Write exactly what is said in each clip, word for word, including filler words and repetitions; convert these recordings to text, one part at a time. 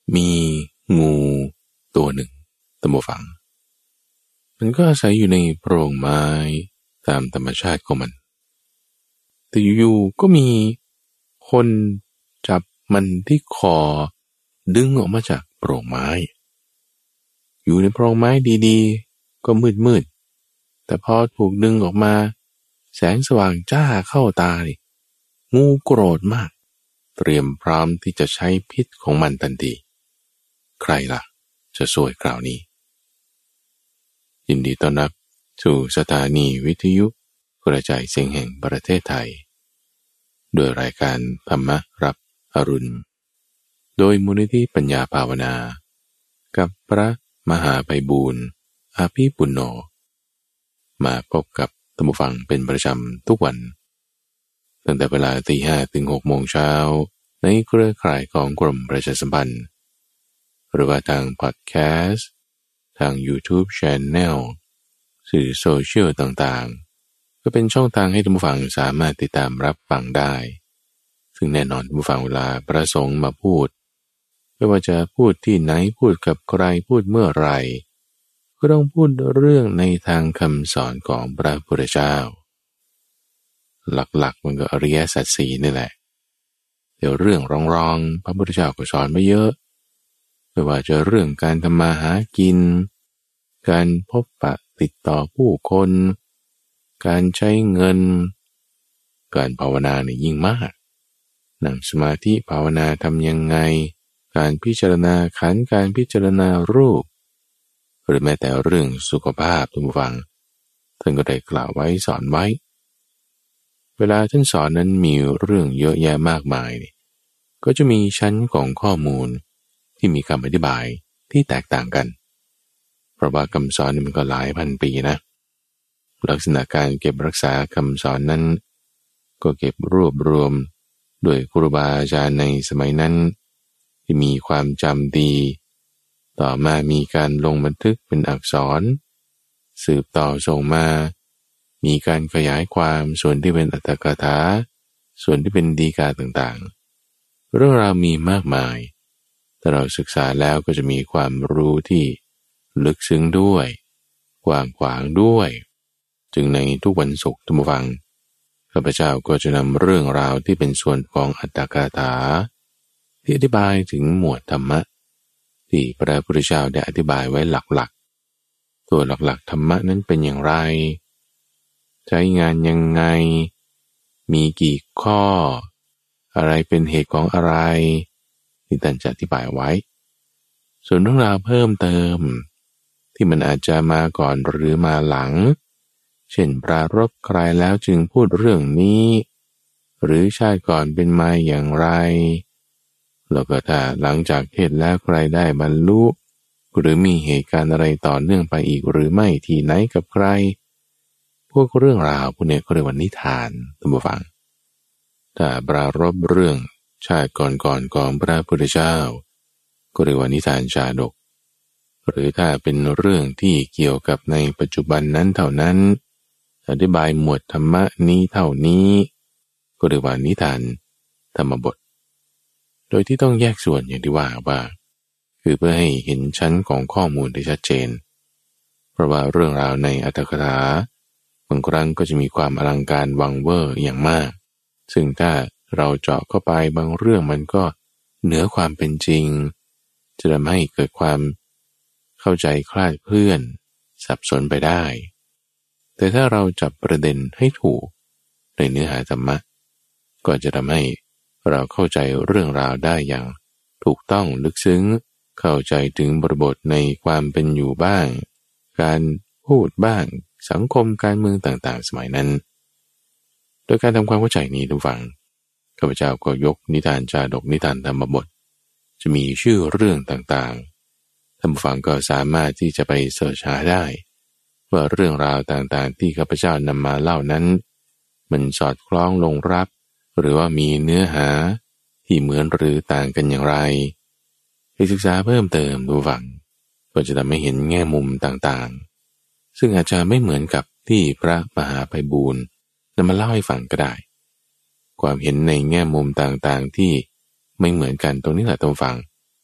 มีงูตัวหนึ่งตามฟังมันก็อาศัยอยู่ในโพรงไม้ตามธรรมชาติของมันแต่อยู่ๆก็มีคนจับมันที่คอดึงออกมาจากโพรงไม้อยู่ในโพรงไม้ดีๆก็มืดๆแต่พอถูกดึงออกมาแสงสว่างจ้าเข้าตานี่งูโกรธมากเตรียมพร้อมที่จะใช้พิษของมันทันทีใครล่ะจะช่วยคราวนี้ยินดีต้อนรับสู่สถานีวิทยุกระจายเสียงแห่งประเทศไทยโดยรายการธรรมรับอรุณโดยมูลนิธิปัญญาภาวนากับพระมหาไพบูลย์อาภีปุณโญมาพบกับท่านผู้ฟังเป็นประจำทุกวันตั้งแต่เวลาตีห้าถึงหกโมงเช้าในเครือข่ายของกรมประชาสัมพันธ์หรือว่าทางพอดแคสต์ทาง YouTube Channel สื่อโซเชียลต่างๆก็เป็นช่องทางให้ท่านผู้ฟังสามารถติดตามรับฟังได้ซึ่งแน่นอนท่านผู้ฟังเวลาประสงค์มาพูดไม่ว่าจะพูดที่ไหนพูดกับใครพูดเมื่อไรก็ต้องพูดเรื่องในทางคำสอนของพระพุทธเจ้าหลักๆมันก็อริยสัจสี่นี่แหละเดี๋ยวเรื่องรองๆพระพุทธเจ้าก็สอนมาเยอะไม่ว่าจะเรื่องการทำมาหากินการพบปะติดต่อผู้คนการใช้เงินการภาวนาเนี่ยยิ่งมากนั่งสมาธิภาวนาทำยังไงการพิจารณาขันธ์การพิจารณารูปหรือแม้แต่เรื่องสุขภาพท่านผู้ฟังท่านก็ได้กล่าวไว้สอนไว้เวลาท่านสอนนั้นมีเรื่องเยอะแยะมากมายก็จะมีชั้นของข้อมูลที่มีคำอธิบายที่แตกต่างกันเพราะว่าคำสอนนี่มันก็หลายพันปีนะลักษณะการเก็บรักษาคำสอนนั้นก็เก็บรวบรวมโดยครูบาอาจารย์ในสมัยนั้นที่มีความจำดีต่อมามีการลงบันทึกเป็นอักษรสืบต่อส่งมามีการขยายความส่วนที่เป็นอรรถกถาส่วนที่เป็นดีกาต่างๆเรื่องราวมีมากมายแต่เราศึกษาแล้วก็จะมีความรู้ที่ลึกซึ้งด้วยกว้างขวางด้วยจึงในทุกวันศุกร์ท่านผู้ฟังข้าพเจ้าก็จะนำเรื่องราวที่เป็นส่วนของอรรถกถาที่อธิบายถึงหมวดธรรมะที่พระพุทธเจ้าได้อธิบายไว้หลักๆตัวหลักๆธรรมะนั้นเป็นอย่างไรใช้งานยังไงมีกี่ข้ออะไรเป็นเหตุของอะไรที่ท่านจะอธิบายไว้ส่วนเรื่องราวเพิ่มเติมที่มันอาจจะมาก่อนหรือมาหลังเช่นปรารภใครแล้วจึงพูดเรื่องนี้หรือชาติก่อนเป็นมาอย่างไรแล้วก็ถ้าหลังจากเทศแล้วใครได้บรรลุหรือมีเหตุการณ์อะไรต่อเนื่องไปอีกหรือไม่ที่ไหนกับใครพวกเรื่องราวพวกนี้ก็เรียกว่านิทานท่านผู้ฟังถ้าปรารภเรื่องชาติก่อนๆของพระพุทธเจ้าก็เรียกว่านิทานชาดกหรือถ้าเป็นเรื่องที่เกี่ยวกับในปัจจุบันนั้นเท่านั้นอธิบายหมวดธรรมะนี้เท่านี้ก็เรียกว่านิทานธรรมบทโดยที่ต้องแยกส่วนอย่างที่ว่าว่าคือเพื่อให้เห็นชั้นของข้อมูลได้ชัดเจนเพราะว่าเรื่องราวในอรรถกถาบางครั้งก็จะมีความอลังการวังเวอร์อย่างมากซึ่งถ้าเราเจาะเข้าไปบางเรื่องมันก็เหนือความเป็นจริงจะทำให้เกิดความเข้าใจคลาดเคลื่อนสับสนไปได้แต่ถ้าเราจับประเด็นให้ถูกในเนื้อหาธรรมะก็จะทำให้เราเข้าใจเรื่องราวได้อย่างถูกต้องลึกซึ้งเข้าใจถึงบริบทในความเป็นอยู่บ้างการพูดบ้างสังคมการเมืองต่างๆสมัยนั้นโดยการทำความเข้าใจนี้ทุกฝั่งข้าพเจ้าก็ยกนิทานชาดกนิทานธรรมบทจะมีชื่อเรื่องต่างๆท่านผู้ฟังก็สามารถที่จะไปเสิร์ชหาได้ว่าเรื่องราวต่างๆที่ข้าพเจ้านำมาเล่านั้นมันสอดคล้องลงรับหรือว่ามีเนื้อหาที่เหมือนหรือต่างกันอย่างไรให้ศึกษาเพิ่มเติมดูฟังก็จะทำให้เห็นแง่มุมต่างๆซึ่งอาจจะไม่เหมือนกับที่พระมหาไพบูลย์นำมาเล่าให้ฟังก็ได้ความเห็นในแง่มุมต่างๆที่ไม่เหมือนกันตรงนี้แหละท่านฟัง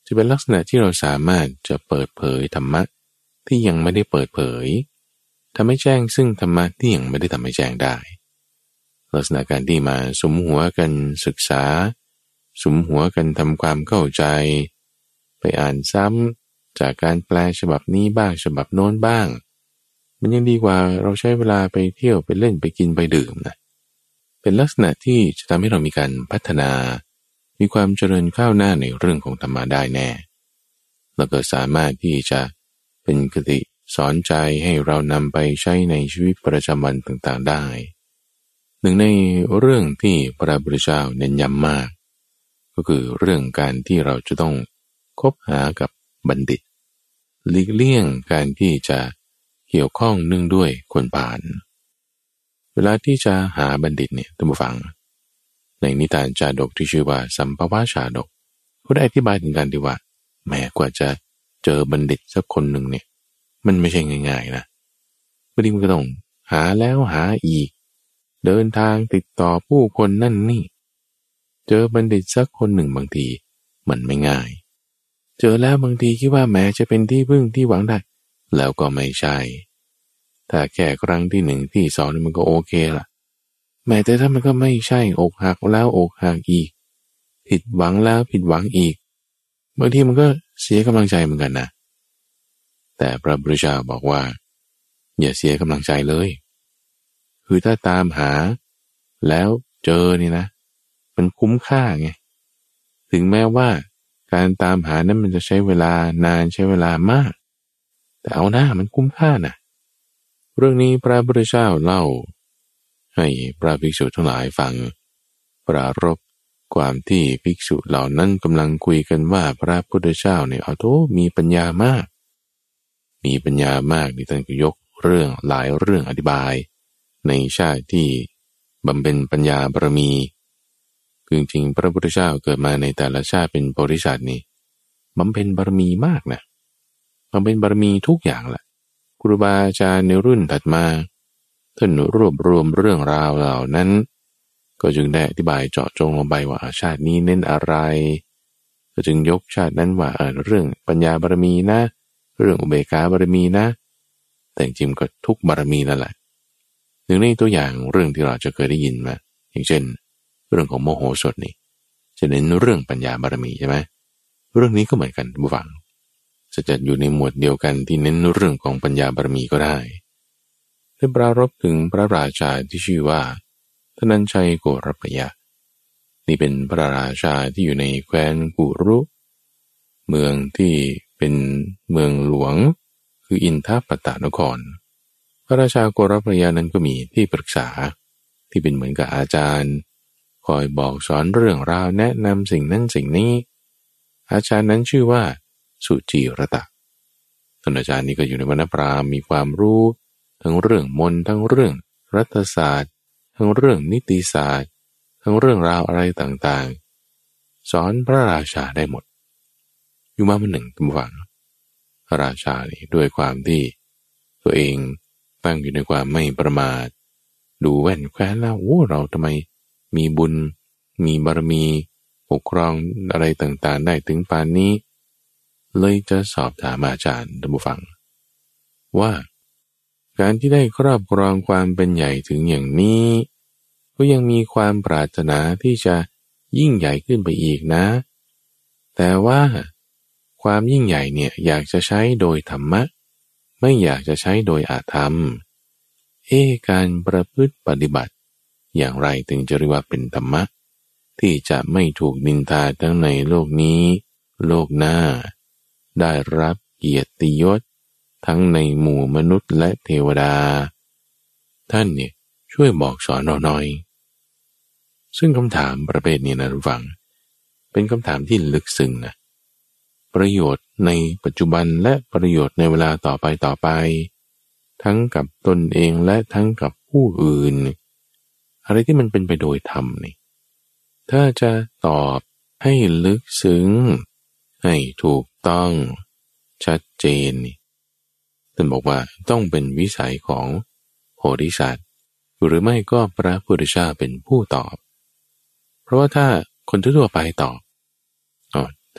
จะเป็นลักษณะที่เราสามารถจะเปิดเผยธรรมะที่ยังไม่ได้เปิดเผยทำให้แจ้งซึ่งธรรมะที่ยังไม่ได้ทำให้แจ้งได้ลักษณะการที่มาสุมหัวกันศึกษาสุมหัวกันทำความเข้าใจไปอ่านซ้ำจากการแปลฉบับนี้บ้างฉบับโน้นบ้างมันยังดีกว่าเราใช้เวลาไปเที่ยวไปเล่นไปกินไปดื่มนะเป็นลักษณะที่จะทำให้เรามีการพัฒนามีความเจริญก้าวหน้าในเรื่องของธรรมะได้แน่แล้วก็สามารถที่จะเป็นคติสอนใจให้เรานำไปใช้ในชีวิตประจำวันต่างๆได้หนึ่งในเรื่องที่พระพุทธเจ้าเน้นย้ำมากก็คือเรื่องการที่เราจะต้องคบหากับบัณฑิตหลีกเลี่ยงการที่จะเกี่ยวข้องเนื่องด้วยคนผ่านเวลาที่จะหาบัณฑิตเนี่ยท่านผู้ฟังในนิทานชาดกที่ชื่อว่าสัมภวชาดกเขาได้อธิบายถึงการที่ว่าแม้กว่าจะเจอบัณฑิตสักคนหนึ่งเนี่ยมันไม่ใช่ง่ายๆนะบางทีมันก็ต้องหาแล้วหาอีกเดินทางติดต่อผู้คนนั่นนี่เจอบัณฑิตสักคนหนึ่งบางทีมันไม่ง่ายเจอแล้วบางทีคิดว่าแม้จะเป็นที่พึ่งที่หวังได้แล้วก็ไม่ใช่ถ้าแค่ครั้งที่หนึ่งที่สองมันก็โอเคล่ะแม้แต่ถ้ามันก็ไม่ใช่อกหักแล้วอกหักอีกผิดหวังแล้วผิดหวังอีกบางทีมันก็เสียกำลังใจเหมือนกันนะแต่พระพุทธเจ้าบอกว่าอย่าเสียกำลังใจเลยคือถ้าตามหาแล้วเจอนี่นะมันคุ้มค่าไงถึงแม้ว่าการตามหานั้นมันจะใช้เวลานานใช้เวลามากแต่เอาหน้ามันคุ้มค่านะเรื่องนี้พระพุทธเจ้าเล่าให้พระภิกษุทั้งหลายฟังปรารภความที่ภิกษุเหล่านั้นกำลังคุยกันว่าพระพุทธเจ้าเนี่ยเอาโธ่มีปัญญามากมีปัญญามากนี่ท่านก็ยกเรื่องหลายเรื่องอธิบายในชาติที่บำเพ็ญปัญญาบารมีจริงๆพระพุทธเจ้าเกิดมาในแต่ละชาติเป็นโพธิสัตว์นี่บำเพ็ญบารมีมากนะบำเพ็ญบารมีทุกอย่างแหละครูบาอาจารย์ในรุ่นถัดมาท่านรวบรวมเรื่องราวเหล่านั้นก็จึงได้อธิบายเจาะจงลงไปว่าชาตินี้เน้นอะไรก็จึงยกชาตินั้นว่าเรื่องปัญญาบารมีนะเรื่องอุเบกขาบารมีนะแต่จริงๆก็ทุกบารมีนั่นแหละหนึ่งในตัวอย่างเรื่องที่เราจะเคยได้ยินมาอย่างเช่นเรื่องของโมโหสถนี่จะเน้นเรื่องปัญญาบารมีใช่ไหมเรื่องนี้ก็เหมือนกันผู้ฟังจะจัดอยู่ในหมวดเดียวกันที่เน้นเรื่องของปัญญาบารมีก็ได้ได้ปรารภถึงพระราชาที่ชื่อว่าธนัญชัยโกรพยะนี่เป็นพระราชาที่อยู่ในแคว้นกุรุเมืองที่เป็นเมืองหลวงคืออินทปตนครพระราชาโกรพยะนั้นก็มีที่ปรึกษาที่เป็นเหมือนกับอาจารย์คอยบอกสอนเรื่องราวแนะนำสิ่งนั้นสิ่งนี้อาจารย์นั้นชื่อว่าสุจีรตะท่านอาจารย์นี้ก็อยู่ในวรรณพราหมณ์มีความรู้ทั้งเรื่องมนต์ทั้งเรื่องรัฐศาสตร์ทั้งเรื่องนิติศาสตร์ทั้งเรื่องราวอะไรต่างๆสอนพระราชาได้หมดอยู่มาวันหนึ่งทุกฝังพระราชานี่ด้วยความที่ตัวเองตั้งอยู่ในความไม่ประมาทดูแว่นแคว้นแล้วโอ้เราทำไมมีบุญมีบารมีปกครองอะไรต่างๆได้ถึงปานนี้เลยจะสอบถามอาจารย์ท่านผู้ฟังว่าการที่ได้ครอบครองความเป็นใหญ่ถึงอย่างนี้ก็ยังมีความปรารถนาที่จะยิ่งใหญ่ขึ้นไปอีกนะแต่ว่าความยิ่งใหญ่เนี่ยอยากจะใช้โดยธรรมะไม่อยากจะใช้โดยอาธรรมเอ๊การประพฤติปฏิบัติอย่างไรถึงจะเรียกว่าเป็นธรรมะที่จะไม่ถูกนินทาทั้งในโลกนี้โลกหน้าได้รับเกียรติยศทั้งในหมู่มนุษย์และเทวดาท่านเนี่ยช่วยบอกสอนเราหน่อยซึ่งคำถามประเภทนี้นะทุกฝังเป็นคำถามที่ลึกซึ้งนะประโยชน์ในปัจจุบันและประโยชน์ในเวลาต่อไปต่อไปทั้งกับตนเองและทั้งกับผู้อื่นอะไรที่มันเป็นไปโดยธรรมนี่ถ้าจะตอบให้ลึกซึ้งให้ถูกต้องชัดเจนนี่ท่านบอกว่าต้องเป็นวิสัยของโพธิสัตว์หรือไม่ก็พระพุทธเจ้าเป็นผู้ตอบเพราะว่าถ้าคนทั่วไปตอบอ๋อ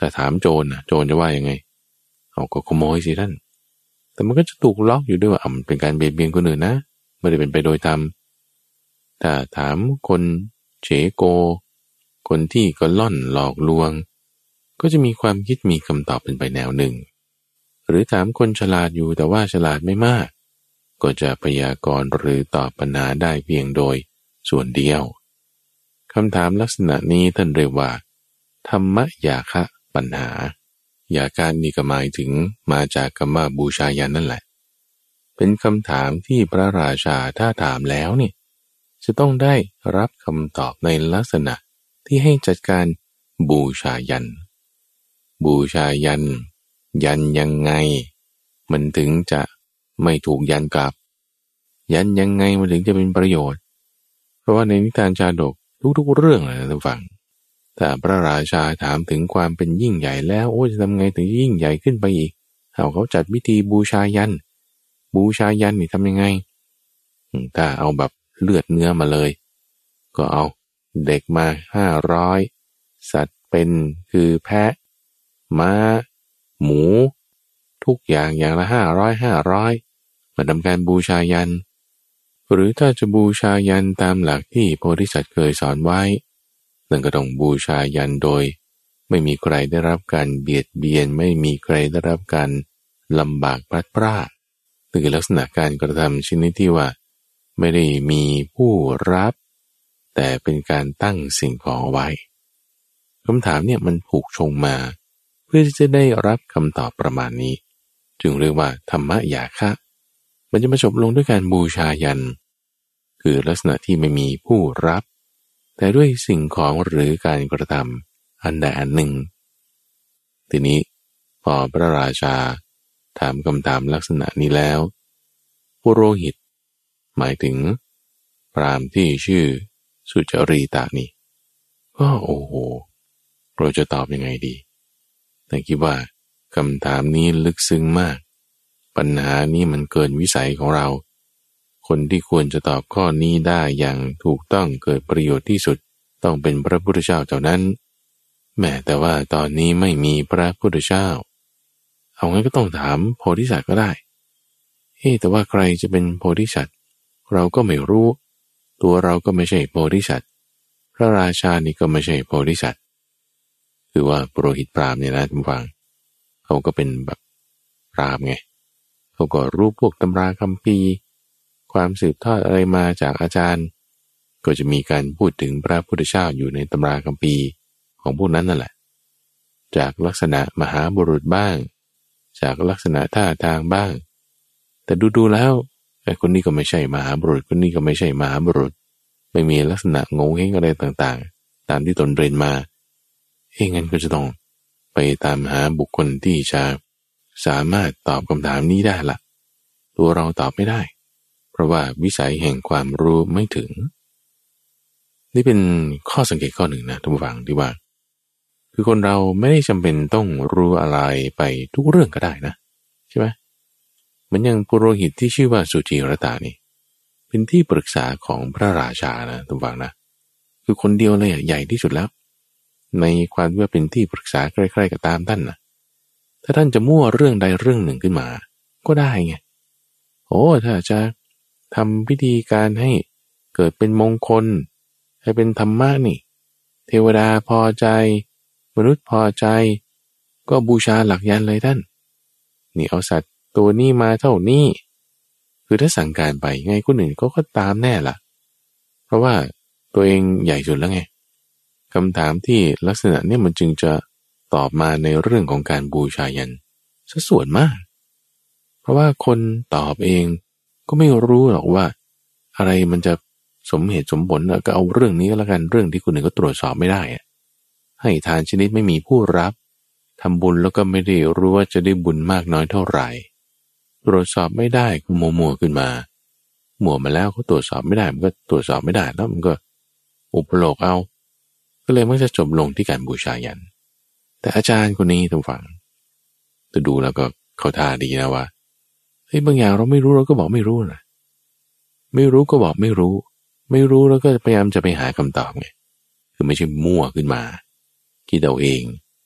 ถ้าถามโจรนะโจรจะว่ายังไงเอาก็ขโมยสิท่านแต่มันก็จะถูกล็อกอยู่ด้วยว่ามันเป็นการเบียดเบียนคนอื่นนะไม่ได้เป็นไปโดยธรรมถ้าถามคนเฉโกคนที่ก็ล่อนหลอกลวงก็จะมีความคิดมีคำตอบเป็นไปแนวหนึ่งหรือถามคนฉลาดอยู่แต่ว่าฉลาดไม่มากก็จะพยากรณ์หรือตอบปัญหาได้เพียงโดยส่วนเดียวคำถามลักษณะนี้ท่านเรียกว่าธรรมยาคะปัญหายาการนี่ก็หมายถึงมาจากคำว่าบูชายันนั่นแหละเป็นคำถามที่พระราชาถ้าถามแล้วเนี่ยจะต้องได้รับคำตอบในลักษณะที่ให้จัดการบูชายันบูชายันยันยังไงมันถึงจะไม่ถูกยันกลับยันยังไงมันถึงจะเป็นประโยชน์เพราะว่าในนิทานชาดกทุกๆเรื่องเลยนะท่านฟังถ้าพระราชาถามถึงความเป็นยิ่งใหญ่แล้วโอ้จะทำไงถึงยิ่งใหญ่ขึ้นไปอีกเอาเขาจัดพิธีบูชายันบูชายันนี่ทำยังไงถ้าเอาแบบเลือดเนื้อมาเลยก็เอาเด็กมาห้าร้อยสัตว์เป็นคือแพะม้าหมูทุกอย่างอย่างละห้าร้อยห้าร้อยมาทำการบูชายันหรือถ้าจะบูชายันตามหลักที่โพธิสัตว์เคยสอนไว้นั่นก็ต้องบูชายันโดยไม่มีใครได้รับการเบียดเบียนไม่มีใครได้รับการลำบากพลัดพรากคือลักษณะการกระทำชนิดที่ว่าไม่ได้มีผู้รับแต่เป็นการตั้งสิ่งของไว้คำถามเนี่ยมันถูกชงมาเพื่อที่จะได้รับคำตอบประมาณนี้จึงเรียกว่าธรรมยาคะมันจะมาจบลงด้วยการบูชายันคือลักษณะที่ไม่มีผู้รับแต่ด้วยสิ่งของหรือการกระทำอันใดอันหนึ่งทีนี้พอพระราชาถามคำถามลักษณะนี้แล้วปุโรหิตหมายถึงพราหมณ์ที่ชื่อสุจรีตานี่ก็โอ้โหเราจะตอบยังไงดีแต่คิดว่าคำถามนี้ลึกซึ้งมากปัญหานี้มันเกินวิสัยของเราคนที่ควรจะตอบข้อนี้ได้อย่างถูกต้องเกิดประโยชน์ที่สุดต้องเป็นพระพุทธเจ้าเท่านั้นแม้แต่ว่าตอนนี้ไม่มีพระพุทธเจ้าเอางั้นก็ต้องถามโพธิสัตว์ก็ได้เฮ้แต่ว่าใครจะเป็นโพธิสัตว์เราก็ไม่รู้ตัวเราก็ไม่ใช่โพธิสัตว์พระราชานี่ก็ไม่ใช่โพธิสัตว์คือว่าปุโรหิตพราหมณ์เนี่ยนะท่านฟังเขาก็เป็นแบบพราหมณ์ไงเขาก็รู้พวกตำราคัมภีร์ความสืบทอดอะไรมาจากอาจารย์ก็จะมีการพูดถึงพระพุทธเจ้าอยู่ในตำราคัมภีร์ของพวกนั้นนั่นแหละจากลักษณะมหาบุรุษบ้างจากลักษณะท่าทางบ้างแต่ดูๆแล้วไอ้คนนี้ก็ไม่ใช่มหาบุรุษคนนี้ก็ไม่ใช่มหาบุรุษไม่มีลักษณะโง่เฮงอะไรต่างๆตามที่ตนเรียนมาเองงั้นก็จะต้องไปตามหาบุคคลที่จะสามารถตอบคำถามนี้ได้ละตัวเราตอบไม่ได้เพราะว่าวิสัยแห่งความรู้ไม่ถึงนี่เป็นข้อสังเกตข้อหนึ่งนะท่านผู้ฟังที่ว่าคือคนเราไม่ได้จำเป็นต้องรู้อะไรไปทุกเรื่องก็ได้นะใช่ไหมเหมือนอย่างปุโรหิตที่ชื่อว่าสุจีรตานี่เป็นที่ปรึกษาของพระราชานะท่านผู้ฟังนะคือคนเดียวเลยใหญ่ที่สุดแล้วในความว่าเป็นที่ปรึกษาใกล้ๆกับตามท่านนะถ้าท่านจะมั่วเรื่องใดเรื่องหนึ่งขึ้นมาก็ได้ไงโอ้ถ้าจะทำพิธีการให้เกิดเป็นมงคลให้เป็นธรรมะนี่เทวดาพอใจมนุษย์พอใจก็บูชาหลักยันเลยท่านนี่เอาสัตว์ตัวนี้มาเท่านี้คือถ้าสั่งการไปไงคนอื่นก็ก็ตามแน่ล่ะเพราะว่าตัวเองใหญ่สุดแล้วไงคำถามที่ลักษณะนี้มันจึงจะตอบมาในเรื่องของการบูชายันซะส่วนมากเพราะว่าคนตอบเองก็ไม่รู้หรอกว่าอะไรมันจะสมเหตุสมผลก็เอาเรื่องนี้ก็แล้วกันเรื่องที่คนอื่นก็ตรวจสอบไม่ได้ให้ทานชนิดไม่มีผู้รับทำบุญแล้วก็ไม่ได้รู้ว่าจะได้บุญมากน้อยเท่าไหร่ตรวจสอบไม่ได้ก็มัวมัวขึ้นมามัวมาแล้วเขาตรวจสอบไม่ได้มันก็ตรวจสอบไม่ได้แล้วมันก็อุปโลกเอาก็เลยมักจะจบลงที่การบูชายันแต่อาจารย์คนนี้ท่านฟังจะดูแล้วก็เขาท่าดีนะว่าเฮ้ยบางอย่างเราไม่รู้เราก็บอกไม่รู้นะไม่รู้ก็บอกไม่รู้ไม่รู้แล้วก็พยายามจะไปหาคำตอบไงคือไม่ใช่มั่วขึ้นมาคิดเอาเอง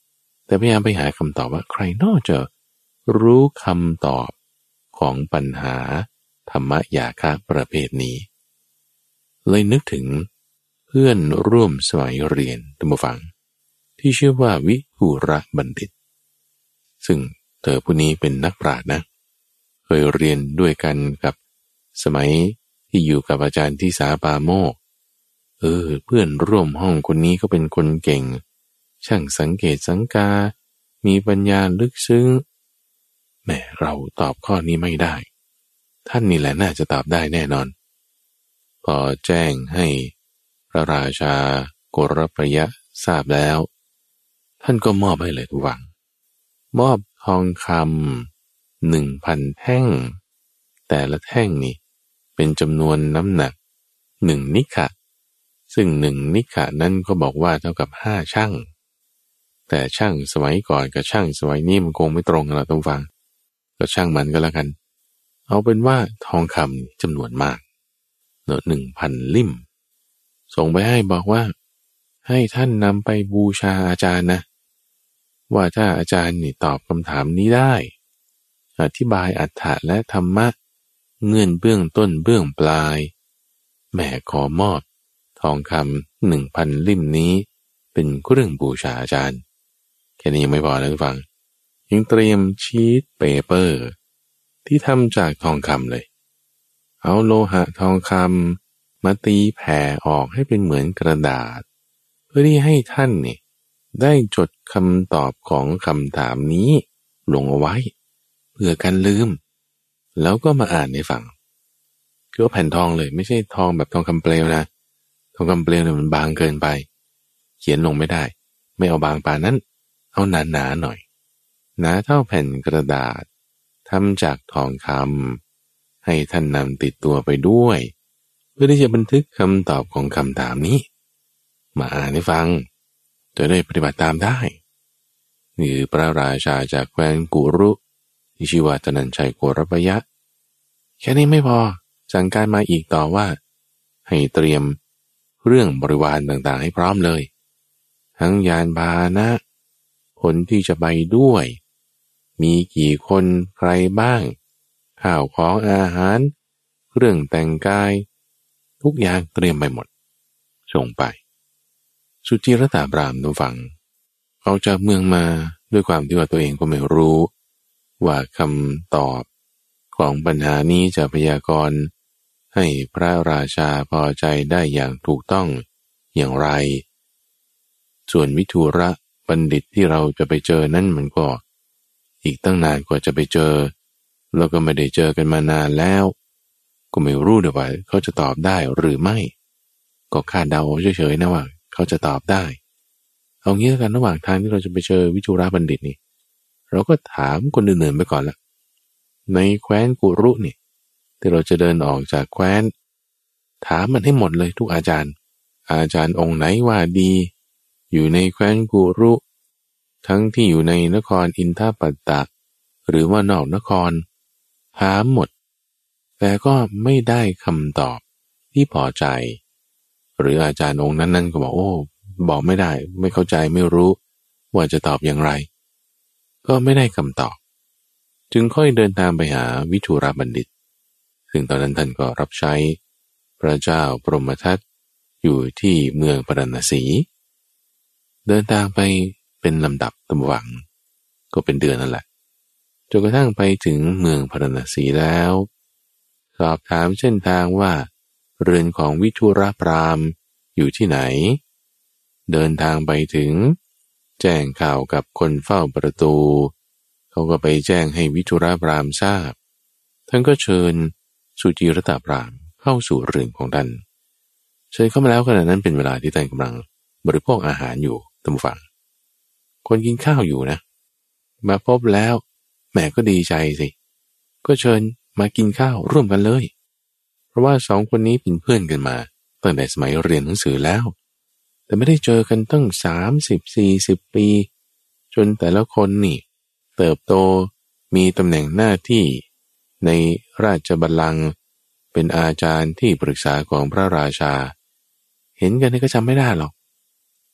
แต่พยายามไปหาคำตอบว่าใครนอกจะรู้คำตอบของปัญหาธรรมยาคะประเภทนี้เลยนึกถึงเพื่อนร่วมสมัยเรียนท่านผู้ฟังที่ชื่อว่าวิภูระบัณฑิตซึ่งเธอผู้นี้เป็นนักปราชญ์นะเคยเรียนด้วยกันกับสมัยที่อยู่กับอาจารย์ที่สาปาโมกเออเพื่อนร่วมห้องคนนี้ก็เป็นคนเก่งช่างสังเกตสังกามีปัญญาลึกซึ้งแหมเราตอบข้อนี้ไม่ได้ท่านนี่แหละน่าจะตอบได้แน่นอนพอแจ้งให้พระราชาโกรพยะทราบแล้วท่านก็มอบให้เลยทุกวังมอบทองคำหนึ่งพันแท่งแต่ละแท่งนี่เป็นจำนวนน้ำหนักหนึ่งนิขะซึ่งหนึ่งนิขะนั้นก็บอกว่าเท่ากับห้าชั่งแต่ช่างสมัยก่อนกับช่างสมัยนี้มันคงไม่ตรงกันหรอกทุกฟังก็ช่างมันก็แล้วกันเอาเป็นว่าทองคำจำนวนมากเนอะหนึ่งพันลิ่มส่งไปให้บอกว่าให้ท่านนำไปบูชาอาจารย์นะว่าถ้าอาจารย์นี่ตอบคำถามนี้ได้อธิบายอรรถะและธรรมะเงื่อนเบื้องต้นเบื้องปลายแม่ขอมอบทองคำหนึ่งพันลิ่มนี้เป็นเครื่องบูชาอาจารย์แค่นี้ยังไม่พอนะทุกฟังยังเตรียมชีทเปเปอร์ที่ทำจากทองคำเลยเอาโลหะทองคำมาตีแผ่ออกให้เป็นเหมือนกระดาษเพื่อที่ให้ท่านนี่ได้จดคำตอบของคำถามนี้ลงเอาไว้เพื่อกันลืมแล้วก็มาอ่านให้ฟังคือว่าแผ่นทองเลยไม่ใช่ทองแบบทองคำเปลวนะทองคำเปลวเนี่ยมันบางเกินไปเขียนลงไม่ได้ไม่เอาบางปานนั้นเอาหนาๆหน่อยหนาเท่าแผ่นกระดาษทำจากทองคำให้ท่านนำติดตัวไปด้วยเพื่อที่จะบันทึกคำตอบของคำถามนี้มาอ่านให้ฟังจะได้ปฏิบัติตามได้นี่คือพระราชาจากแคว้นกุรุที่ชื่อว่าธนัญชัยโกรพยะแค่นี้ไม่พอสั่งการมาอีกต่อว่าให้เตรียมเรื่องบริวารต่างๆให้พร้อมเลยทั้งยานพาหนะคนที่จะไปด้วยมีกี่คนใครบ้างข้าวของอาหารเครื่องแต่งกายทุกอย่างเตรียมไปหมดส่งไปสุจิรตาพราหมณ์ทุกฝั่งออกจากเมืองมาด้วยความที่ว่าตัวเองก็ไม่รู้ว่าคำตอบของปัญหานี้จะพยากรณ์ให้พระราชาพอใจได้อย่างถูกต้องอย่างไรส่วนวิทูระบัณฑิตที่เราจะไปเจอนั้นมันก็อีกตั้งนานกว่าจะไปเจอแล้วก็ไม่ได้เจอกันมานานแล้วก็ไม่รู้ด้วยว่าเขาจะตอบได้หรือไม่ก็คาดเดาเฉยๆนะว่าเขาจะตอบได้เอางี้แล้วกันระหว่างทางที่เราจะไปเจอวิทูระบัณฑิตนี่เราก็ถามคนอื่นๆไปก่อนละในแคว้นกุรุนี่ที่เราจะเดินออกจากแคว้นถามมันให้หมดเลยทุกอาจารย์อาจารย์องค์ไหนว่าดีอยู่ในแคว้นกุรุทั้งที่อยู่ในนครอินทปัตตะหรือว่านอกนครถามหมดแต่ก็ไม่ได้คำตอบที่พอใจหรืออาจารย์องค์นั้นๆก็บอกโอ้บอกไม่ได้ไม่เข้าใจไม่รู้ว่าจะตอบอย่างไรก็ไม่ได้คำตอบจึงค่อยเดินทางไปหาวิทูระบัณฑิตซึ่งตอนนั้นท่านก็รับใช้พระเจ้าพรหมทัตอยู่ที่เมืองพาราณสีเดินทางไปเป็นลำดับตำหวังก็เป็นเดือนนั่นแหละจนกระทั่งไปถึงเมืองพาราณสีแล้วสอบถามเส้นทางว่าเรือนของวิทูระพราหมณ์อยู่ที่ไหนเดินทางไปถึงแจ้งข่าวกับคนเฝ้าประตูเขาก็ไปแจ้งให้วิทูระพราหมณ์ทราบท่านก็เชิญสุจิรตาพราหมณ์เข้าสู่เรือนของท่านเชิญเข้ามาแล้วขณะนั้นเป็นเวลาที่ท่านกำลังบริโภคอาหารอยู่ตามฝั่งคนกินข้าวอยู่นะมาพบแล้วแม่ก็ดีใจสิก็เชิญมากินข้าวร่วมกันเลยเพราะว่าสองคนนี้เป็นเพื่อนกันมาตั้งแต่สมัยเรียนหนังสือแล้วแต่ไม่ได้เจอกันตั้งสามสิบสี่สิบปีจนแต่ละคนนี่เติบโตมีตำแหน่งหน้าที่ในราชบัลลังก์เป็นอาจารย์ที่ปรึกษาของพระราชาเห็นกันนี่ก็จำไม่ได้หรอก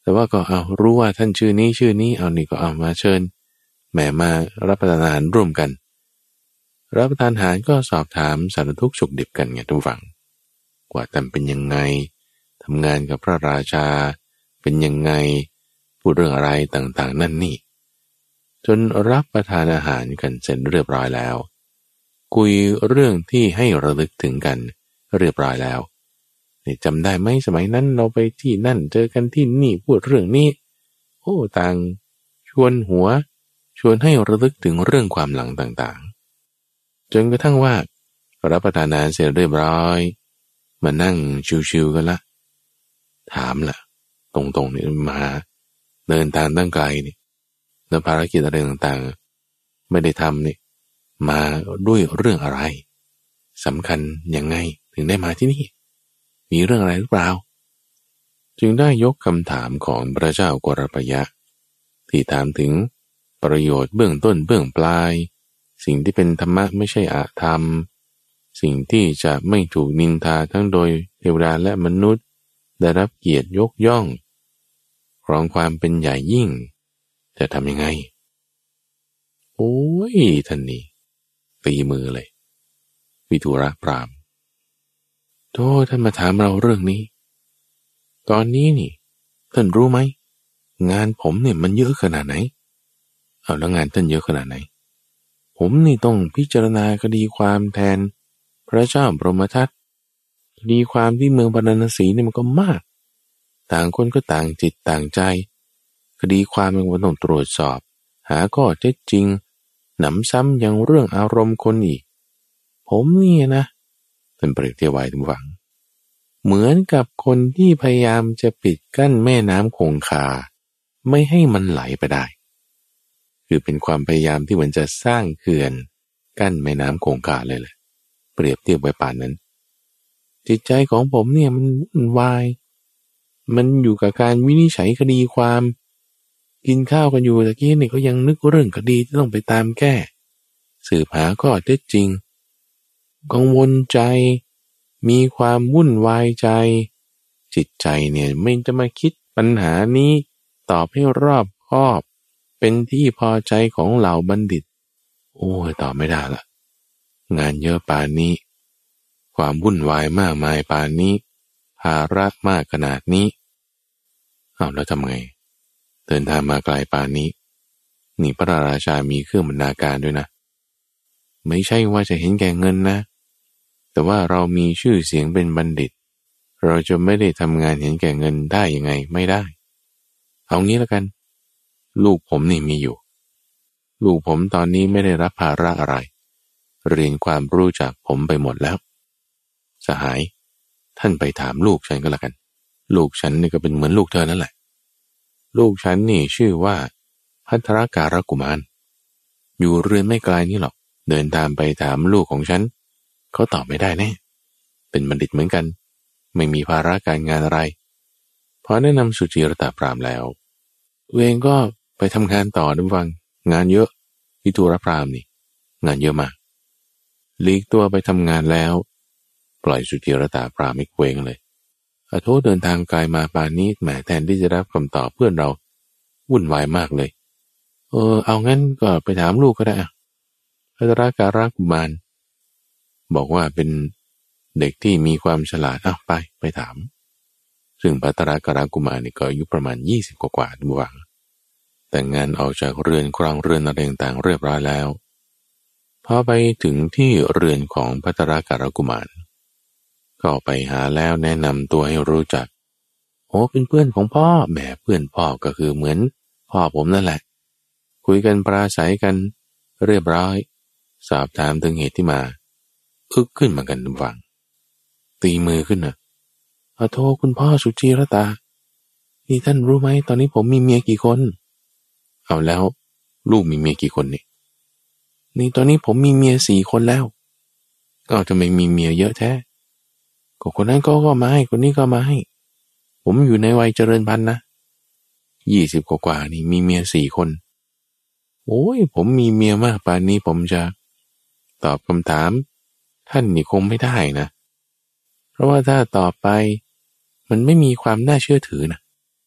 แต่ว่าก็เอารู้ว่าท่านชื่อนี้ชื่อนี้เอานี่ก็เอามาเชิญแหมมารับประทานอาหารร่วมกันรับประทานอาหารก็สอบถามสารทุกข์สุขดิบกันไงทุกฝั่งว่าท่านเป็นยังไงทำงานกับพระราชาเป็นยังไงพูดเรื่องอะไรต่างๆนั่นนี่จนรับประทานอาหารกันเสร็จเรียบร้อยแล้วคุยเรื่องที่ให้ระลึกถึงกันเรียบร้อยแล้วนี่จำได้ไหมสมัยนั้นเราไปที่นั่นเจอกันที่นี่พูดเรื่องนี้โอ้ต่างชวนหัวชวนให้ระลึกถึงเรื่องความหลังต่างๆจนกระทั่งว่ารับประทานอาหารเสร็จเรียบร้อยมานั่งชิวๆกันละถามล่ะตรงๆนี่มาเดินทางตั้งไกลนี่แล้วภารกิจอะไรต่างๆไม่ได้ทำนี่มาด้วยเรื่องอะไรสำคัญยังไงถึงได้มาที่นี่มีเรื่องอะไรหรือเปล่าจึงได้ยกคำถามของพระเจ้ากรปยะที่ถามถึงประโยชน์เบื้องต้นเบื้องปลายสิ่งที่เป็นธรรมะไม่ใช่อธรรมสิ่งที่จะไม่ถูกนินทาทั้งโดยเทวดาและมนุษย์ได้รับเกียรติยกย่องครองความเป็นใหญ่ยิ่งจะทำยังไงโอ้ยท่านนี่ตีมือเลยวิทุระพราหมณ์โธ่ท่านมาถามเราเรื่องนี้ตอนนี้นี่ท่านรู้ไหมงานผมเนี่ยมันเยอะขนาดไหนเอาแล้วงานท่านเยอะขนาดไหนผมนี่ต้องพิจารณาคดีความแทนพระเจ้าพรหมทัตคดีความที่เมืองพาราณสีนี่มันก็มากต่างคนก็ต่างจิตต่างใจคดีความมันก็ต้องตรวจสอบหาข้อเท็จจริงหนำซ้ำยังเรื่องอารมณ์คนอีกผมนี่นะท่านเปรียบเทียบไว้ทุกฝังเหมือนกับคนที่พยายามจะปิดกั้นแม่น้ำคงคาไม่ให้มันไหลไปได้คือเป็นความพยายามที่เหมือนจะสร้างเขื่อนกั้นแม่น้ำคงคาเลยแหละเปรียบเทียบไว้ป่านนั้นจิตใจของผมเนี่ยมันวุ่นวายมันอยู่กับการวินิจฉัยคดีความกินข้าวกันอยู่ตะกี้นี่ก็ยังนึกเรื่องคดีที่ต้องไปตามแก้สืบหาข้อเท็จจริงกังวลใจมีความวุ่นวายใจจิตใจเนี่ยไม่จะมาคิดปัญหานี้ตอบให้รอบคอบเป็นที่พอใจของเหล่าบัณฑิตโอ้ยตอบไม่ได้ละงานเยอะป่านนี้ความวุ่นวายมากมายป่านนี้ภาระมากขนาดนี้เอาแล้วทำไงเดินทางมาไกลป่านนี้นี่พระราชามีเครื่องบรรณาการด้วยนะไม่ใช่ว่าจะเห็นแก่เงินนะแต่ว่าเรามีชื่อเสียงเป็นบัณฑิตเราจะไม่ได้ทำงานเห็นแก่เงินได้ยังไงไม่ได้เอางี้แล้วกันลูกผมนี่มีอยู่ลูกผมตอนนี้ไม่ได้รับภาระอะไรเรียนความรู้จากผมไปหมดแล้วสหายท่านไปถามลูกฉันก็แล้วกันลูกฉันนี่ก็เป็นเหมือนลูกเธอนั่นแหละลูกฉันนี่ชื่อว่าภัทรการกุมารอยู่เรือนไม่ไกลนี่หรอกเดินตามไปถามลูกของฉันเขาตอบไม่ได้แน่เป็นบัณฑิตเหมือนกันไม่มีภาระการงานอะไรพอแนะนำสุจิรตาพราหมณ์แล้วเวงก็ไปทำงานต่อด้วยฟังงานเยอะวิทุรพราหมณ์นี่งานเยอะมากหลีกตัวไปทำงานแล้วปล่อยสุจิรตาพราหมณ์อีกเวงเลยอโทษเดินทางไกลมาป่านนี้แหมแทนที่จะรับคำตอบเพื่อนเราวุ่นวายมากเลยเออเอางั้นก็ไปถามลูกก็ได้ภัทรการกุมารบอกว่าเป็นเด็กที่มีความฉลาดอ้าวไปไปถามซึ่งภัทรการกุมารนี่ก็อายุประมาณยี่สิบกว่าๆทุกวันแต่งงานออกจากเรือนครองเรือนอะไรต่างๆเรียบร้อยแล้วพอไปถึงที่เรือนของภัทรการกุมารก็ไปหาแล้วแนะนำตัวให้รู้จักโอ้เป็นเพื่อนของพ่อแหมเพื่อนพ่อก็คือเหมือนพ่อผมนั่นแหละคุยกันปราศัยกันเรียบร้อยสอบถามถึงเหตุที่มาอึกขึ้นมากันฟังตีมือขึ้นนะขอโทษคุณพ่อสุจิรตานี่ท่านรู้ไหมตอนนี้ผมมีเมียกี่คนเอาแล้วลูกมีเมียกี่คนนี่นี่ตอนนี้ผมมีเมียสี่คนแล้วก็ทำไมมีเมียเยอะแท้ก็คนนั้นก็ก็มาให้คนนี้ก็มาให้ผมอยู่ในวัยเจริญพันธุ์นะยี่สิบกว่าๆนี่มีเมียสี่คนโอ้ยผมมีเมียมากป่านนี้ผมจะตอบคำถามท่านนี่คงไม่ได้นะเพราะว่าถ้าตอบไปมันไม่มีความน่าเชื่อถือนะ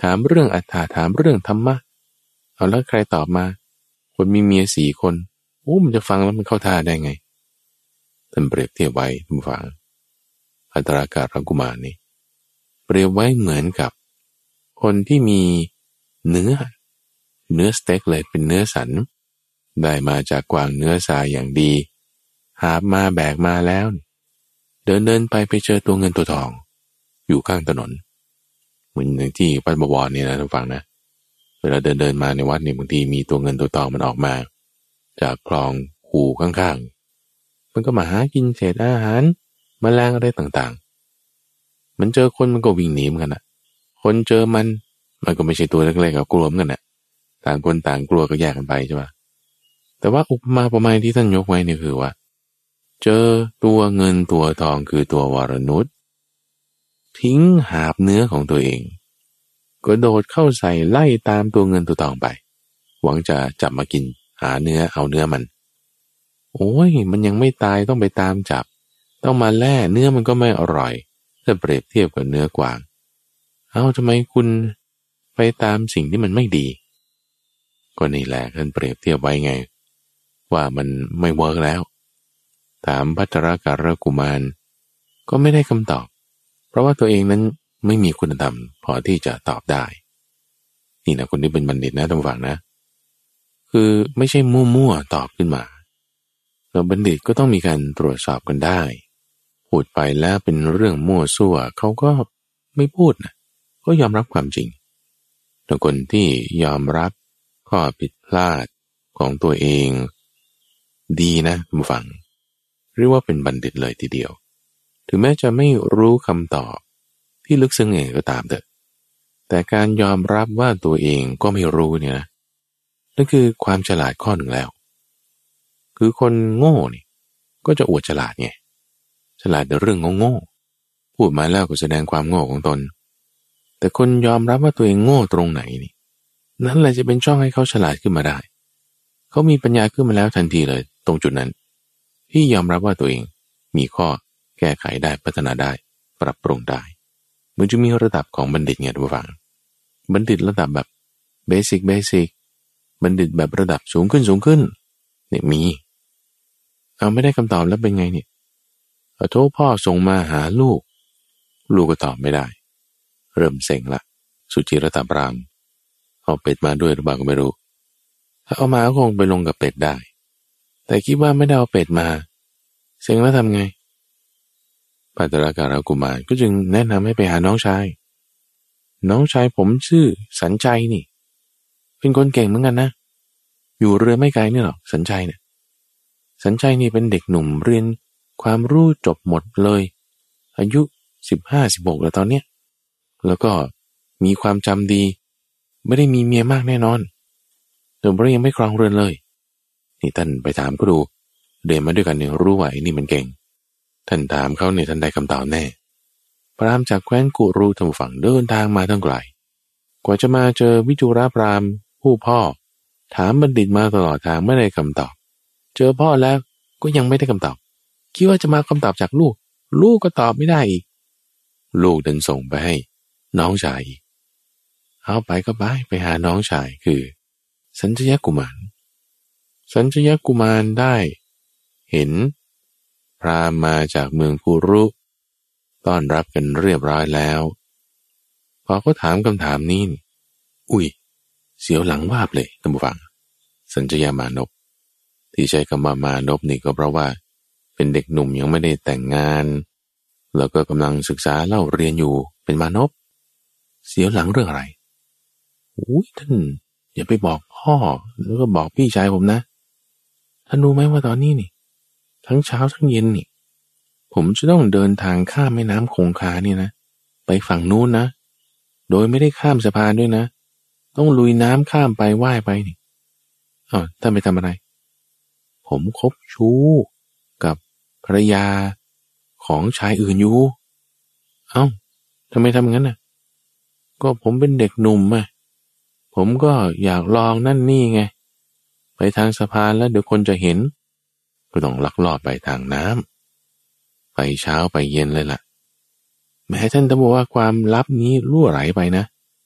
ถามเรื่องอัฏฐะถามเรื่องธรรมะเอาแล้วใครตอบมาคนมีเมียสี่คนโอ้มันจะฟังแล้วมันเข้าท่าได้ไงท่านเปรียบเทียบไว้ท่านฟังอัตตราการกุมารนี่เปรียบไว้เหมือนกับคนที่มีเนื้อเนื้อสเต็กเลยเป็นเนื้อสันได้มาจากกวางเนื้อทรายอย่างดีหาบมาแบกมาแล้วเดินเดินไปไปเจอตัวเงินตัวทองอยู่ข้างถนนเหมือนอย่างที่ปัตบวรเนี่ยนะท่านฟังนะเวลาเดินเดินมาในวัดเนี่ยบางทีมีตัวเงินตัวทองมันออกมาจากคลองคูข้างๆมันก็มาหากินเศษอาหารแมลงอะไรต่างๆมันเจอคนมันก็วิ่งหนีเหมือนกันนะคนเจอมันมันก็ไม่ใช่ตัวเล็กๆกับกลัวเหมือนกันนะต่างคนต่างกลัวก็แยกกันไปใช่ปะแต่ว่าอุปมาประมาณที่ท่านยกไว้นี่คือว่าเจอตัวเงินตัวทองคือตัววรนุชทิ้งหาบเนื้อของตัวเองก็โดดเข้าใส่ไล่ตามตัวเงินตัวทองไปหวังจะจับมากินหาเนื้อเอาเนื้อมันโอ้ยมันยังไม่ตายต้องไปตามจับต้องมาแล่เนื้อมันก็ไม่อร่อยถ้าเปรียบเทียบกับเนื้อกวางเอ้าทำไมคุณไปตามสิ่งที่มันไม่ดีก็นี่แหละท่านเปรียบเทียบไว้ไงว่ามันไม่เวิร์กแล้วถามภัตตราการกุมารก็ไม่ได้คำตอบเพราะว่าตัวเองนั้นไม่มีคุณธรรมพอที่จะตอบได้นี่นะคนที่เป็นบัณฑิตนะท่านผู้ฟังนะคือไม่ใช่มั่วๆตอบขึ้นมาเราบัณฑิตก็ต้องมีการตรวจสอบกันได้พูดไปแล้วเป็นเรื่องมั่วซั่วเขาก็ไม่พูดนะก็ยอมรับความจริงแต่คนที่ยอมรับข้อผิดพลาดของตัวเองดีนะท่านผู้ฟังเรียกว่าเป็นบัณฑิตเลยทีเดียวถึงแม้จะไม่รู้คำตอบที่ลึกซึ้งเองก็ตามเถอะแต่การยอมรับว่าตัวเองก็ไม่รู้เนี่ยนะนั่นคือความฉลาดข้อหนึ่งแล้วคือคนโง่นี่ก็จะอวดฉลาดไงฉลาดในเรื่องโง่ๆพูดมาแล้วก็แสดงความโง่ของตนแต่คนยอมรับว่าตัวเองโง่ตรงไหนนี่นั่นแหละจะเป็นช่องให้เขาฉลาดขึ้นมาได้เขามีปัญญาขึ้นมาแล้วทันทีเลยตรงจุดนั้นที่ยอมรับว่าตัวเองมีข้อแก้ไขได้พัฒนาได้ปรับปรุงได้มันจะมีระดับของบัณฑิตไงทุกฝั่งบัณฑิตระดับแบบเบสิกเบสิกบัณฑิตแบบระดับสูงขึ้นสูงขึ้นเนี่ยมีเอาไม่ได้คำตอบแล้วเป็นไงเนี่ยขอโทษพ่อส่งมาหาลูกลูกก็ตอบไม่ได้เริ่มเซ็งละสุจิรตาบรามเอาเป็ดมาด้วยหรือเปล่าก็ไม่รู้ถ้าเอามาก็คงไปลงกับเป็ดได้แต่คิดว่าไม่ได้เอาเป็ดมาเซ็งแล้วทำไงภัตตราการกุมารก็จึงแนะนำให้ไปหาน้องชายน้องชายผมชื่อสัญชัยนี่เป็นคนเก่งเหมือนกันนะอยู่เรือไม่ไกลนี่หรอกสัญชัยเนี่ยสัญชัยนี่เป็นเด็กหนุ่มเรียนความรู้จบหมดเลยอายุสิบห้า สิบหกแล้วตอนเนี้ยแล้วก็มีความจำดีไม่ได้มีเมียมากแน่นอนแต่เพราะยังไม่ครองเรือนเลยนี่ท่านไปถามก็ดูเดินมาด้วยกันเนี่ยรู้ว่าไอ้นี่มันเก่งท่านถามเขาเนี่ยท่านได้คำตอบแน่พราหมณ์จากแคว้นกุรุทางฝั่งเดินทางมาทั้งไกลกว่าจะมาเจอวิจุรพราหมณ์ผู้พ่อถามบัณฑิตมาตลอดทางไม่ได้คำตอบเจอพ่อแล้วก็ยังไม่ได้คำตอบคิดว่าจะมาคำตอบจากลูกลูกก็ตอบไม่ได้อีกลูกเดินส่งไปให้น้องชายอีกเอาไปก็ไปไปหาน้องชายคือสัญชยกุมารสัญชยกุมารได้เห็นพราหมณ์มาจากเมืองกุรุต้อนรับกันเรียบร้อยแล้วพอเขาถามคำถามนี้อุ้ยเสียวหลังวาบเลยท่านผู้ฟังสัญชยามานพที่ใช้คำว่ามานพนี่ก็เพราะว่าเป็นเด็กหนุ่มยังไม่ได้แต่งงานแล้วก็กำลังศึกษาเล่าเรียนอยู่เป็นมานพเสียวหลังเรื่องอะไรอุ้ยท่านอย่าไปบอกพ่อแล้วก็บอกพี่ชายผมนะท่านรู้ไหมว่าตอนนี้นี่ทั้งเช้าทั้งเย็นนี่ผมจะต้องเดินทางข้ามแม่น้ำคงคาเนี่ยนะไปฝั่งนู้นนะโดยไม่ได้ข้ามสะพานด้วยนะต้องลุยน้ำข้ามไปว่ายไปนี่อ้าวท่านไปทำอะไรผมคบชู้กับภรรยาของชายอื่นอยู่เอ้าทำไมทำงั้นน่ะก็ผมเป็นเด็กหนุ่มอ่ะผมก็อยากลองนั่นนี่ไงไปทางสะพานแล้วเดี๋ยวคนจะเห็นก็ต้องลักลอบไปทางน้ำไปเช้าไปเย็นเลยล่ะแม้ท่านจะบอกว่าความลับนี้รั่วไหลไปนะผ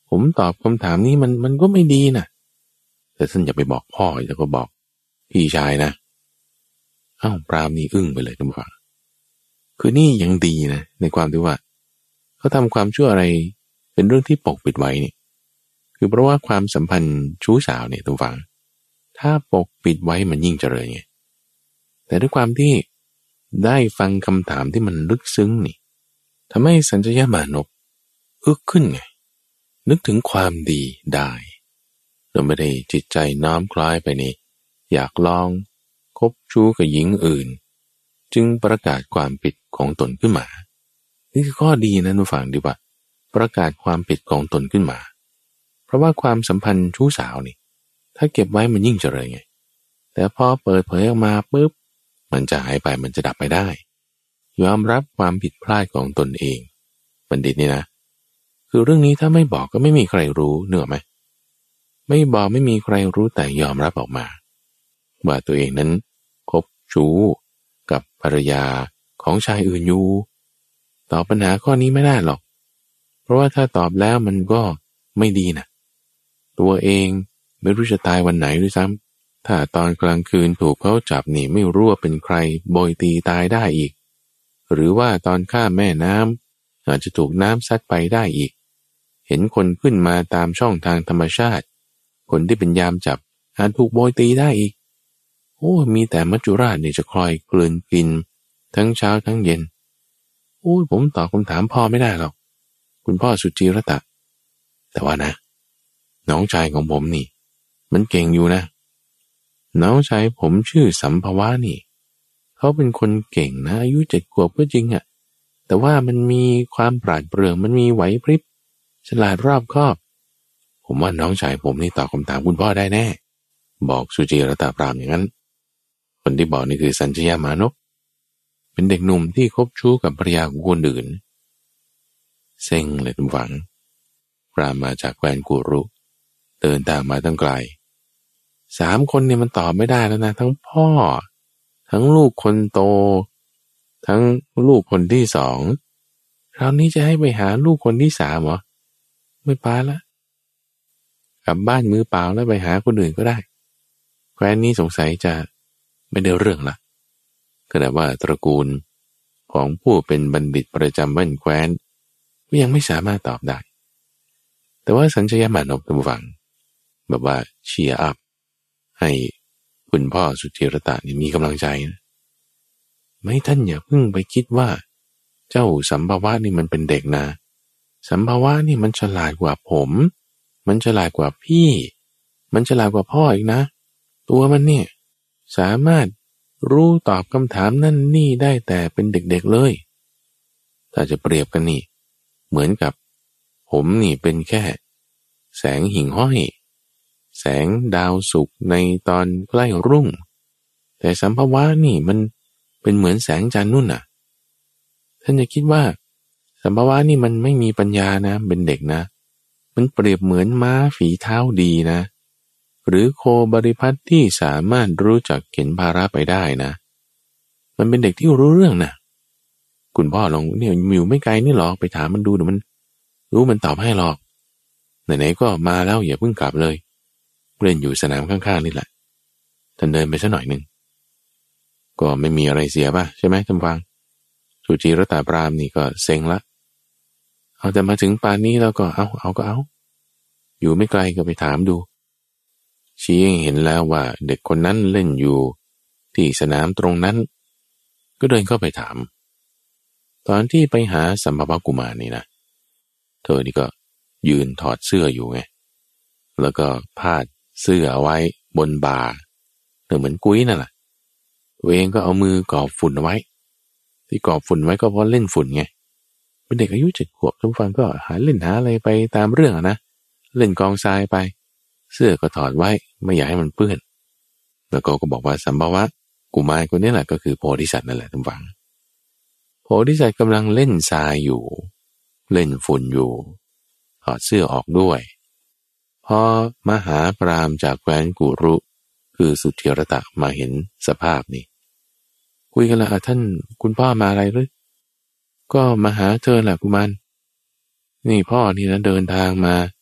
ผมตอบคำถามนี้มันมันก็ไม่ดีนะแต่ท่านอย่าไปบอกพ่อแล้วก็บอกพี่ชายนะอ้าวพราหมณ์นี่อึ้งไปเลยท่านผู้ฟังคือนี่ยังดีนะในความที่ว่าเขาทำความชั่วอะไรเป็นเรื่องที่ปกปิดไว้นี่คือเพราะว่าความสัมพันธ์ชู้สาวเนี่ยท่านผู้ฟังถ้าปกปิดไว้มันยิ่งเจริญไงแต่ด้วยความที่ได้ฟังคำถามที่มันลึกซึ้งนี่ทำให้สัญชยมานพอึกขึ้นไงนึกถึงความดีได้เราไม่ได้จิตใจน้อมคล้อยไปนี่อยากลองคบชู้กับหญิงอื่นจึงประกาศความผิดของตนขึ้นมานี่คือข้อดีนะทุกฝั่งดีว่าประกาศความผิดของตนขึ้นมาเพราะว่าความสัมพันธ์ชู้สาวนี่ถ้าเก็บไว้มันยิ่งเจริญไงแต่พอเปิดเผยออกมาปุ๊บมันจะหายไปมันจะดับไปได้ยอมรับความผิดพลาดของตนเองบัณฑิตนี่นะคือเรื่องนี้ถ้าไม่บอกก็ไม่มีใครรู้เนอะไหมไม่บอกไม่มีใครรู้แต่ยอมรับออกมาว่าตัวเองนั้นคบชู้กับภรรยาของชายอื่นอยู่ตอบปัญหาข้อนี้ไม่ได้หรอกเพราะว่าถ้าตอบแล้วมันก็ไม่ดีนะตัวเองไม่รู้จะตายวันไหนด้วยซ้ำถ้าตอนกลางคืนถูกเขาจับนี่ไม่รู้ว่าเป็นใครโบยตีตายได้อีกหรือว่าตอนข้ามแม่น้ำอาจจะถูกน้ำซัดไปได้อีกเห็นคนขึ้นมาตามช่องทางธรรมชาติคนที่เป็นยามจับอาจถูกโบยตีได้อีกโอ้มีแต่มัจจุราชนี่จะคอยกลืนกินทั้งเช้าทั้งเย็นโอ้ผมตอบคำถามพ่อไม่ได้หรอกคุณพ่อสุจิรตะแต่ว่านะน้องชายของผมนี่มันเก่งอยู่นะน้องชายผมชื่อสัมภวะนี่เขาเป็นคนเก่งนะอายุเจ็ดขวบก็จริงอะแต่ว่ามันมีความปราดเปรื่องมันมีไหวพริบฉลาดรอบคอบผมว่าน้องชายผมนี่ตอบคำถามคุณพ่อได้แน่บอกสุจิรตะปรามอย่างนั้นคนที่บอกนี่คือสัญชยามานพเป็นเด็กหนุ่มที่คบชู้กับภรรยาของคนอื่นเซ็งเลยทุกฝังปรามมาจากแคว้นกุรุเดินทางมาตั้งไกลสามคนเนี่ยมันตอบไม่ได้แล้วนะทั้งพ่อทั้งลูกคนโตทั้งลูกคนที่สองคราวนี้จะให้ไปหาลูกคนที่สามเหรอไม่ไปละกลับบ้านมือเปล่าแล้วไปหาคนอื่นก็ได้แคว้นนี้สงสัยจะไม่ได้เรื่องละขณะว่าตระกูลของผู้เป็นบัณฑิตประจำบ้านแคว้นก็ยังไม่สามารถตอบได้แต่ว่าสัญชยามานพท่านผู้ฟังแบบว่าเชียร์อัพให้คุณพ่อสุจิรตะนี่มีกำลังใจนะไม่ท่านอย่าเพิ่งไปคิดว่าเจ้าสัมภวะนี่มันเป็นเด็กนะสัมภวะนี่มันฉลาดกว่าผมมันฉลาดกว่าพี่มันฉลาดกว่าพ่ออีกนะตัวมันเนี่ยสามารถรู้ตอบคำถามนั่นนี่ได้แต่เป็นเด็กๆเลยถ้าจะเปรียบกันนี่เหมือนกับผมนี่เป็นแค่แสงหิ่งห้อยแสงดาวศุกร์ในตอนใกล้รุ่งแต่สัมภวะนี่มันเป็นเหมือนแสงจันทร์นู่นน่ะท่านจะคิดว่าสัมภวะนี่มันไม่มีปัญญานะเป็นเด็กนะมันเปรียบเหมือนม้าฝีเท้าดีนะหรือโคบริพัตรที่สามารถรู้จักเข็นภาระไปได้นะมันเป็นเด็กที่รู้เรื่องนะคุณพ่อลองเนี่ยอยู่ไม่ไกลนี่หรอกไปถามมันดูเดี๋ยวมันรู้มันตอบให้หรอกไหนๆก็มาแล้วอย่าเพิ่งกลับเลยเล่นอยู่สนามข้างๆนี่แหละท่านเดินไปสักหน่อยหนึ่งก็ไม่มีอะไรเสียป่ะใช่ไหมท่านฟังสุจิรตาปรามนี่ก็เซ็งละเอาแต่มาถึงป่านนี้แล้วก็เอาเอาก็เอาอยู่ไม่ไกลก็ไปถามดูชี้เห็นแล้วว่าเด็กคนนั้นเล่นอยู่ที่สนามตรงนั้นก็เดินเข้าไปถามตอนที่ไปหาสัมภวกุมารนี่นะเธอนี่ก็ยืนถอดเสื้ออยู่ไงแล้วก็พาดเสื้อเอาไว้บนบ่าเธอเหมือนกุ้ยนั่นแหละตัวเองก็เอามือกอบฝุ่นเอาไว้ที่กอบฝุ่นไว้ก็เพราะเล่นฝุ่นไงเป็นเด็กอายุเจ็ดขวบทุกฟังก็หาเล่นหาอะไรไปตามเรื่องนะเล่นกองทรายไปเสื้อก็ถอดไว้ไม่อยากให้มันเปื้อนแล้วก็ก็บอกว่าสัมภวะกุมารคนนี้แหละก็คือโพธิสัตว์นั่นแหละทุกฟังโพธิสัตว์กำลังเล่นทรายอยู่เล่นฝุ่นอยู่ถอดเสื้อออกด้วยพอมหาพราหมณ์จากแคว้นกุรุคือสุจิรตะมาเห็นสภาพนี้คุยกันละท่านคุณพ่อมาอะไรหรือก็มาหาเธอแหละกุมารนี่พ่อนี่นะเดินทางมา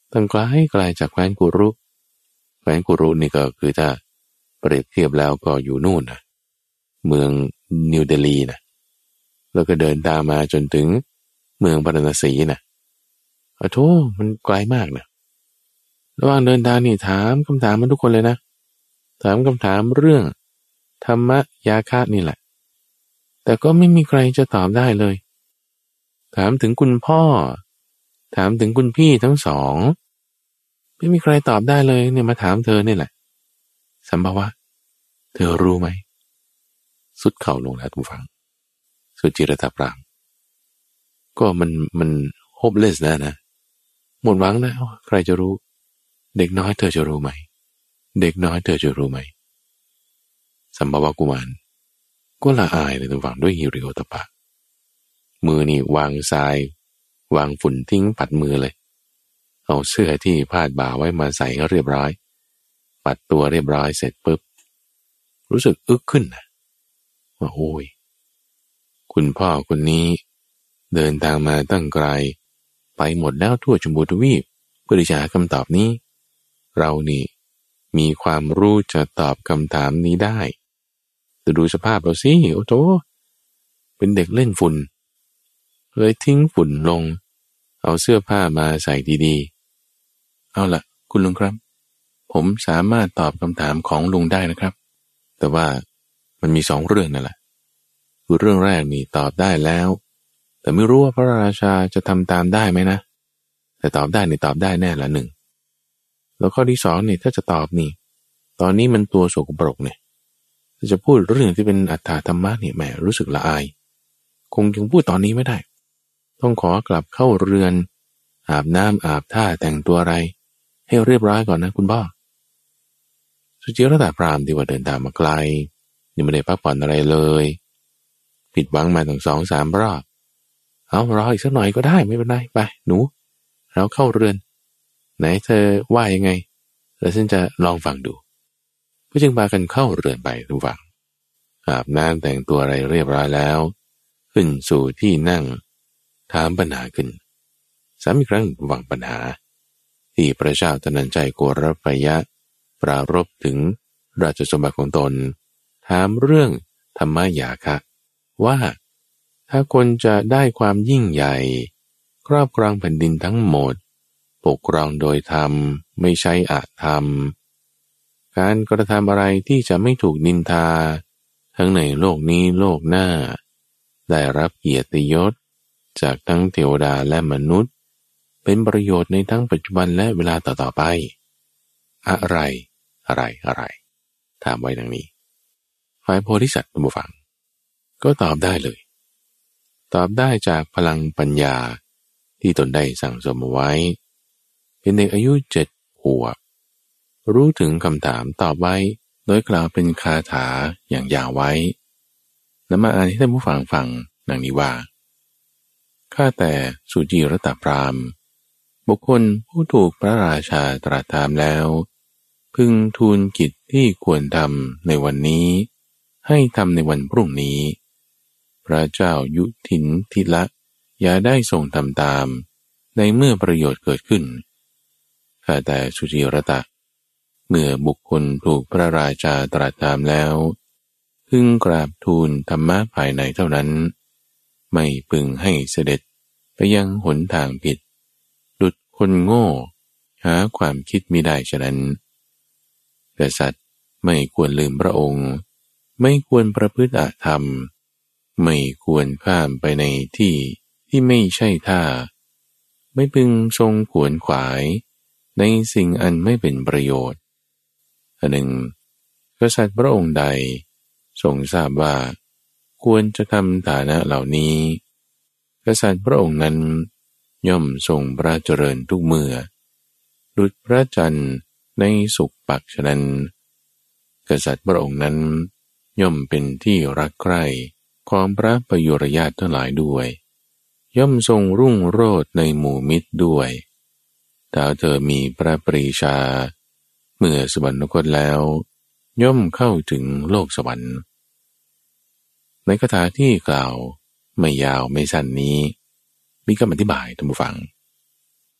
ตั้งไกลไกลจากแคว้นกุรุแคว้นกุรุนี่ก็คือถ้าเปรียบเทียบแล้วก็อยู่นู่นนะเมืองนิวเดลีนะแล้วก็เดินตามมาจนถึงเมืองพาราณสีนะโอ้โธ่มันไกลมากนะระหว่างเดินทางนี่ถามคำถามมันทุกคนเลยนะถามคำถามเรื่องธรรมะยาคะนี่แหละแต่ก็ไม่มีใครจะตอบได้เลยถามถึงคุณพ่อถามถึงคุณพี่ทั้งสองไม่มีใครตอบได้เลยเนี่ยมาถามเธอนี่แหละสัมภาวะเธอรู้ไหมสุดเข่าลงแล้วทุกฝังสุจิรตาปรามก็มันมันโฮปเลสนะนะหมดหวังนะใครจะรู้เด็กน้อยเธอจะรู้ไหมเด็กน้อยเธอจะรู้ไหมสัมภาวะกุมารก็ละอายเลยทุกฝังด้วยฮิริโอตปะมือนี่วางทรายวางฝุ่นทิ้งปัดมือเลยเอาเสื้อที่พาดบ่าไว้มาใส่ก็เรียบร้อยปัดตัวเรียบร้อยเสร็จปุ๊บรู้สึกอึกขึ้นนะว่าโอ้ยคุณพ่อคนนี้เดินทางมาตั้งไกลไปหมดแล้วทั่วชมพูทวีปเพื่อที่จะหาคำตอบนี้เรานี่มีความรู้จะตอบคำถามนี้ได้แต่ดูสภาพเราสิโอ้โธ่เป็นเด็กเล่นฝุ่นเลยทิ้งฝุ่นลงเอาเสื้อผ้ามาใส่ดีๆเอาล่ะคุณลุงครับผมสามารถตอบคำถามของลุงได้นะครับแต่ว่ามันมีสองเรื่องนั่นแหละคือเรื่องแรกนี่ตอบได้แล้วแต่ไม่รู้ว่าพระราชาจะทำตามได้ไหมนะแต่ตอบได้นี่ตอบได้แน่ละหนึ่งแล้วข้อที่สองนี่ถ้าจะตอบนี่ตอนนี้มันตัวโสกปรกเนี่ยจะพูดเรื่องที่เป็นอัตถธรรมะนี่แหมรู้สึกละอายคงยังพูดตอนนี้ไม่ได้ต้องขอกลับเข้าเรือนอาบน้ำอาบท่าแต่งตัวอะไรให้เรียบร้อยก่อนนะคุณพ่อสุจิรตาพรามที่ว่าเดินทางมาไกลยังไม่ได้พักผ่อนอะไรเลยผิดหวังมาถึงสองสามรอบเอารออีกสักหน่อยก็ได้ไม่เป็นไรไปหนูเราเข้าเรือนไหนเธอว่ายังไงแล้วฉันจะลองฟังดูก็จึงพากันเข้าเรือนไปทุกฝั่งอาบน้ำแต่งตัวอะไรเรียบร้อยแล้วขึ้นสู่ที่นั่งถามปัญหาขึ้นสามอีกครั้งหวังปัญหาที่พระเจ้าตนัญชัยโกรพยะปรารภถึงราชสมบัติของตนถามเรื่องธรรมยาคะว่าถ้าคนจะได้ความยิ่งใหญ่ครอบครองแผ่นดินทั้งหมดปกครองโดยธรรมไม่ใช่อธรรมการกระทำอะไรที่จะไม่ถูกนินทาทั้งในโลกนี้โลกหน้าได้รับเกียรติยศจากทั้งเทวดาและมนุษย์เป็นประโยชน์ในทั้งปัจจุบันและเวลาต่อๆไปอะไรอะไรอะไรถามไว้ดังนี้ฝ่ายโพธิสัตว์ผู้ฟังก็ตอบได้เลยตอบได้จากพลังปัญญาที่ตนได้สั่งสมไว้เป็นเด็กอายุเจ็ดขวบรู้ถึงคำถามตอบไว้โดยกล่าวเป็นคาถาอย่างยาวไว้นำมาอ่านให้ท่านผู้ฟังฟังดังนี้ว่าข้าแต่สุจิรตาพรามบุคคลผู้ถูกพระราชาตรัสถามแล้วพึงทูลกิจที่ควรทำในวันนี้ให้ทำในวันพรุ่งนี้พระเจ้ายุทินทิละอย่าได้ทรงทำตามในเมื่อประโยชน์เกิดขึ้นข้าแต่สุจิรตะเมื่อบุคคลถูกพระราชาตรัสถามแล้วพึงกราบทูลธรรมะภายในเท่านั้นไม่พึงให้เสด็จไปยังหนทางผิดดุจคนโง่หาความคิดมิได้ฉะนั้นกษัตริย์ไม่ควรลืมพระองค์ไม่ควรประพฤติอธรรมไม่ควรข้ามไปในที่ที่ไม่ใช่ท่าไม่พึงทรงขวนขวายในสิ่งอันไม่เป็นประโยชน์อันหนึ่งกษัตริย์พระองค์ใดทรงทราบว่าควรจะทำฐานะเหล่านี้กษัตริย์พระองค์นั้นย่อมทรงพระเจริญทุกเมื่อดุจพระจันทร์ในสุขปักฉะนั้นกษัตริย์พระองค์นั้นย่อมเป็นที่รักใคร่ของพระประยุรญาติทั้งหลายด้วยย่อมทรงรุ่งโรจน์ในหมู่มิตรด้วยถ้าเธอมีพระปรีชาเมื่อสวรรคตแล้วย่อมเข้าถึงโลกสวรรค์ในคาถาที่กล่าวไม่ยาวไม่สั้นนี้มีคำอธิบายท่านผู้ฟัง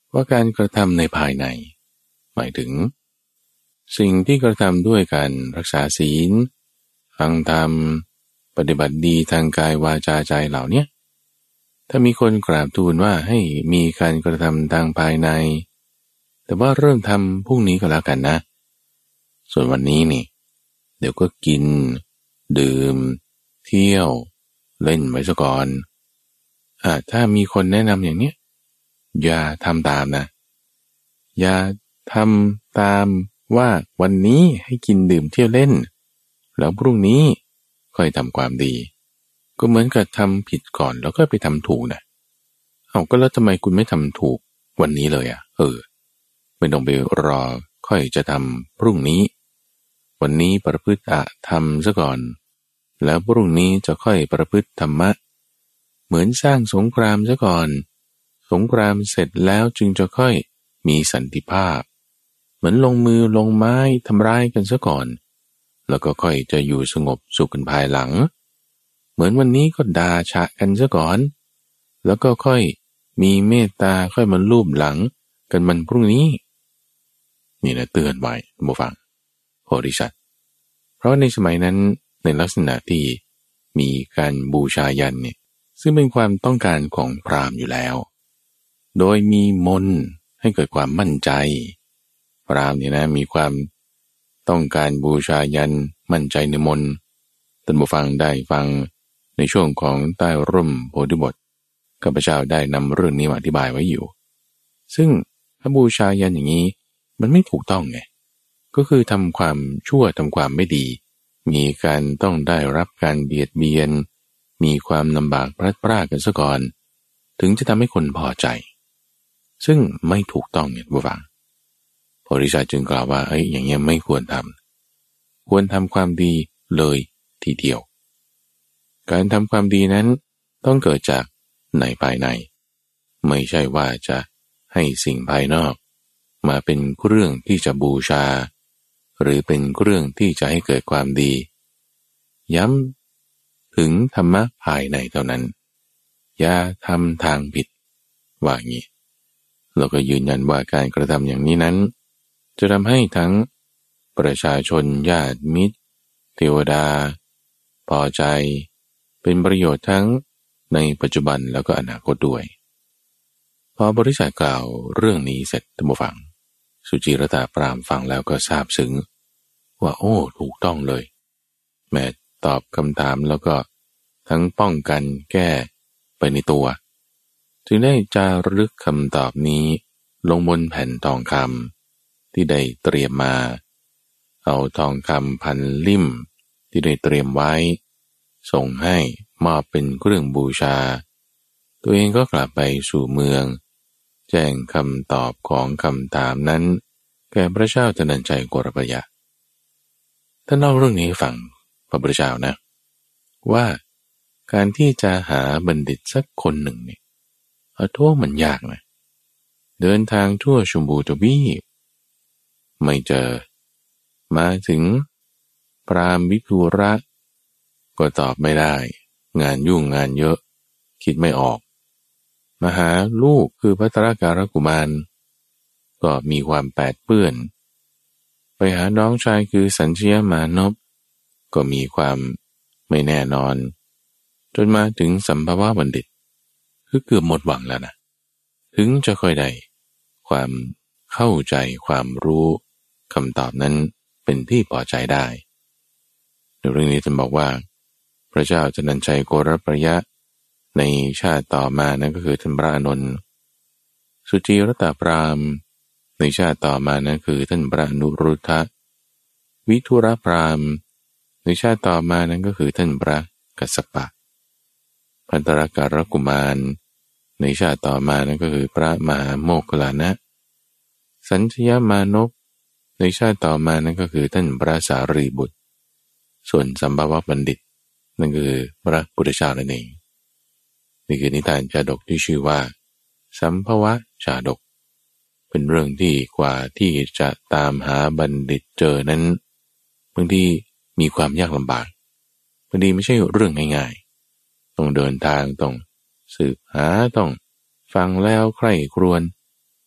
ว่าการกระทำในภายในหมายถึงสิ่งที่กระทำด้วยการรักษาศีลฟังธรรมปฏิบัติดีทางกายวาจาใจเหล่านี้ถ้ามีคนกราบทูลว่าให้มีการกระทำทางภายในแต่ว่าเริ่มทำพรุ่งนี้ก็แล้วกันนะส่วนวันนี้นี่เดี๋ยวก็กินดื่มเที่ยวเล่นไปซะก่อนอ่าถ้ามีคนแนะนำอย่างเนี้ยอย่าทำตามนะอย่าทำตามว่าวันนี้ให้กินดื่มเที่ยวเล่นแล้วพรุ่งนี้ค่อยทำความดีก็เหมือนกับทำผิดก่อนแล้วก็ไปทำถูกนะเอาก็แล้วทำไมคุณไม่ทำถูกวันนี้เลยอ่ะเออไม่ต้องไปรอค่อยจะทำพรุ่งนี้วันนี้ประพฤติอะธรรมซะก่อนแล้วพรุ่งนี้จะค่อยประพฤติธรรมะเหมือนสร้างสงครามซะก่อนสงครามเสร็จแล้วจึงจะค่อยมีสันติภาพเหมือนลงมือลงไม้ทำร้ายกันซะก่อนแล้วก็ค่อยจะอยู่สงบสุขกันภายหลังเหมือนวันนี้ก็ด่าฉะกันซะก่อนแล้วก็ค่อยมีเมตตาค่อยมาลูบหลังกันมันพรุ่งนี้นี่นะเตือนไว้บ่ฟังโพธิสัตว์เพราะในสมัยนั้นในลักษณะที่มีการบูชายัญเนี่ยซึ่งเป็นความต้องการของพราหมณ์อยู่แล้วโดยมีมนต์ให้เกิดความมั่นใจพราหมณ์เนี่ยนะมีความต้องการบูชายัญมั่นใจในมนต์ท่านผู้ฟังได้ฟังในช่วงของใต้ร่มโพธิบทข้าพเจ้าได้นำเรื่องนี้มาอธิบายไว้อยู่ซึ่งถ้าบูชายัญอย่างนี้มันไม่ถูกต้องไงก็คือทำความชั่วทำความไม่ดีมีการต้องได้รับการเบียดเบียนมีความลำบากพลัดพรากกันซะก่อนถึงจะทำให้คนพอใจซึ่งไม่ถูกต้องเนี่ยผู้ฟังโพธิสัตว์จึงกล่าวว่าเอ้ยอย่างเงี้ยไม่ควรทำควรทำความดีเลยทีเดียวการทำความดีนั้นต้องเกิดจากในภายในไม่ใช่ว่าจะให้สิ่งภายนอกมาเป็นเรื่องที่จะบูชาหรือเป็นเรื่องที่จะให้เกิดความดีย้ำถึงธรรมะภายในเท่านั้นอย่าทำทางผิดว่างี้เราก็ยืนยันว่าการกระทำอย่างนี้นั้นจะทำให้ทั้งประชาชนญาติมิตรเทวดาพอใจเป็นประโยชน์ทั้งในปัจจุบันแล้วก็อนาคตด้วยพอบริษัทกล่าวเรื่องนี้เสร็จท่านผู้ฟังสุจิรตาพราหมณ์ฟังแล้วก็ซาบซึ้งว่าโอ้ถูกต้องเลยแม้ตอบคำถามแล้วก็ทั้งป้องกันแก้ไปในตัวจึงได้จารึกคำตอบนี้ลงบนแผ่นทองคำที่ได้เตรียมมาเอาทองคำพันลิ่มที่ได้เตรียมไว้ส่งให้มอบเป็นเครื่องบูชาตัวเองก็กลับไปสู่เมืองแจ้งคำตอบของคำถามนั้นแก่พระเจ้าธนัญชัยโกรพยะท่านเล่าเรื่องนี้ให้ฟังพระพุทธเจ้านะว่าการที่จะหาบัณฑิตสักคนหนึ่งเนี่ยเอาโทษมันยากนะเดินทางทั่วชมพูทวีปไม่เจอมาถึงพราหมณ์วิภูระก็ตอบไม่ได้งานยุ่งงานเยอะคิดไม่ออกมาหาลูกคือพระตรการกุมารก็มีความแปดเปื้อนไปหาน้องชายคือสัญชยมานพก็มีความไม่แน่นอนจนมาถึงสัมภวะบัณฑิตคือเกือบหมดหวังแล้วนะถึงจะค่อยได้ความเข้าใจความรู้คำตอบนั้นเป็นที่พอใจได้ในเรื่องนี้ท่านบอกว่าพระเจ้าธนัญชัยโกรพยะในชาติต่อมานั้นก็คือท่านพระอานนท์สุจิรตาพราหมณ์ในชาติต่อมานั้นคือท่านพระอนุรุทธะวิทุรพราหมณ์ในชาติต่อมานั้นก็คือท่านพระกัสสปะพันตรการกุมารในชาติต่อมานั้นก็คือพระมหาโมคคัลลานะสัญชยมานพในชาติต่อมานั้นก็คือท่านพระสารีบุตรส่วนสัมภวะบัณฑิตนั่นคือพระพุทธเจ้านั่นเองนี่คือนิทานชาดกที่ชื่อว่าสัมภวะชาดกเป็นเรื่องที่กว่าที่จะตามหาบัณฑิตเจอนั้นบางทีมีความยากลำบากบางทีไม่ใช่เรื่องง่ายๆต้องเดินทางต้องสืบหาต้องฟังแล้วใคร่ครวญ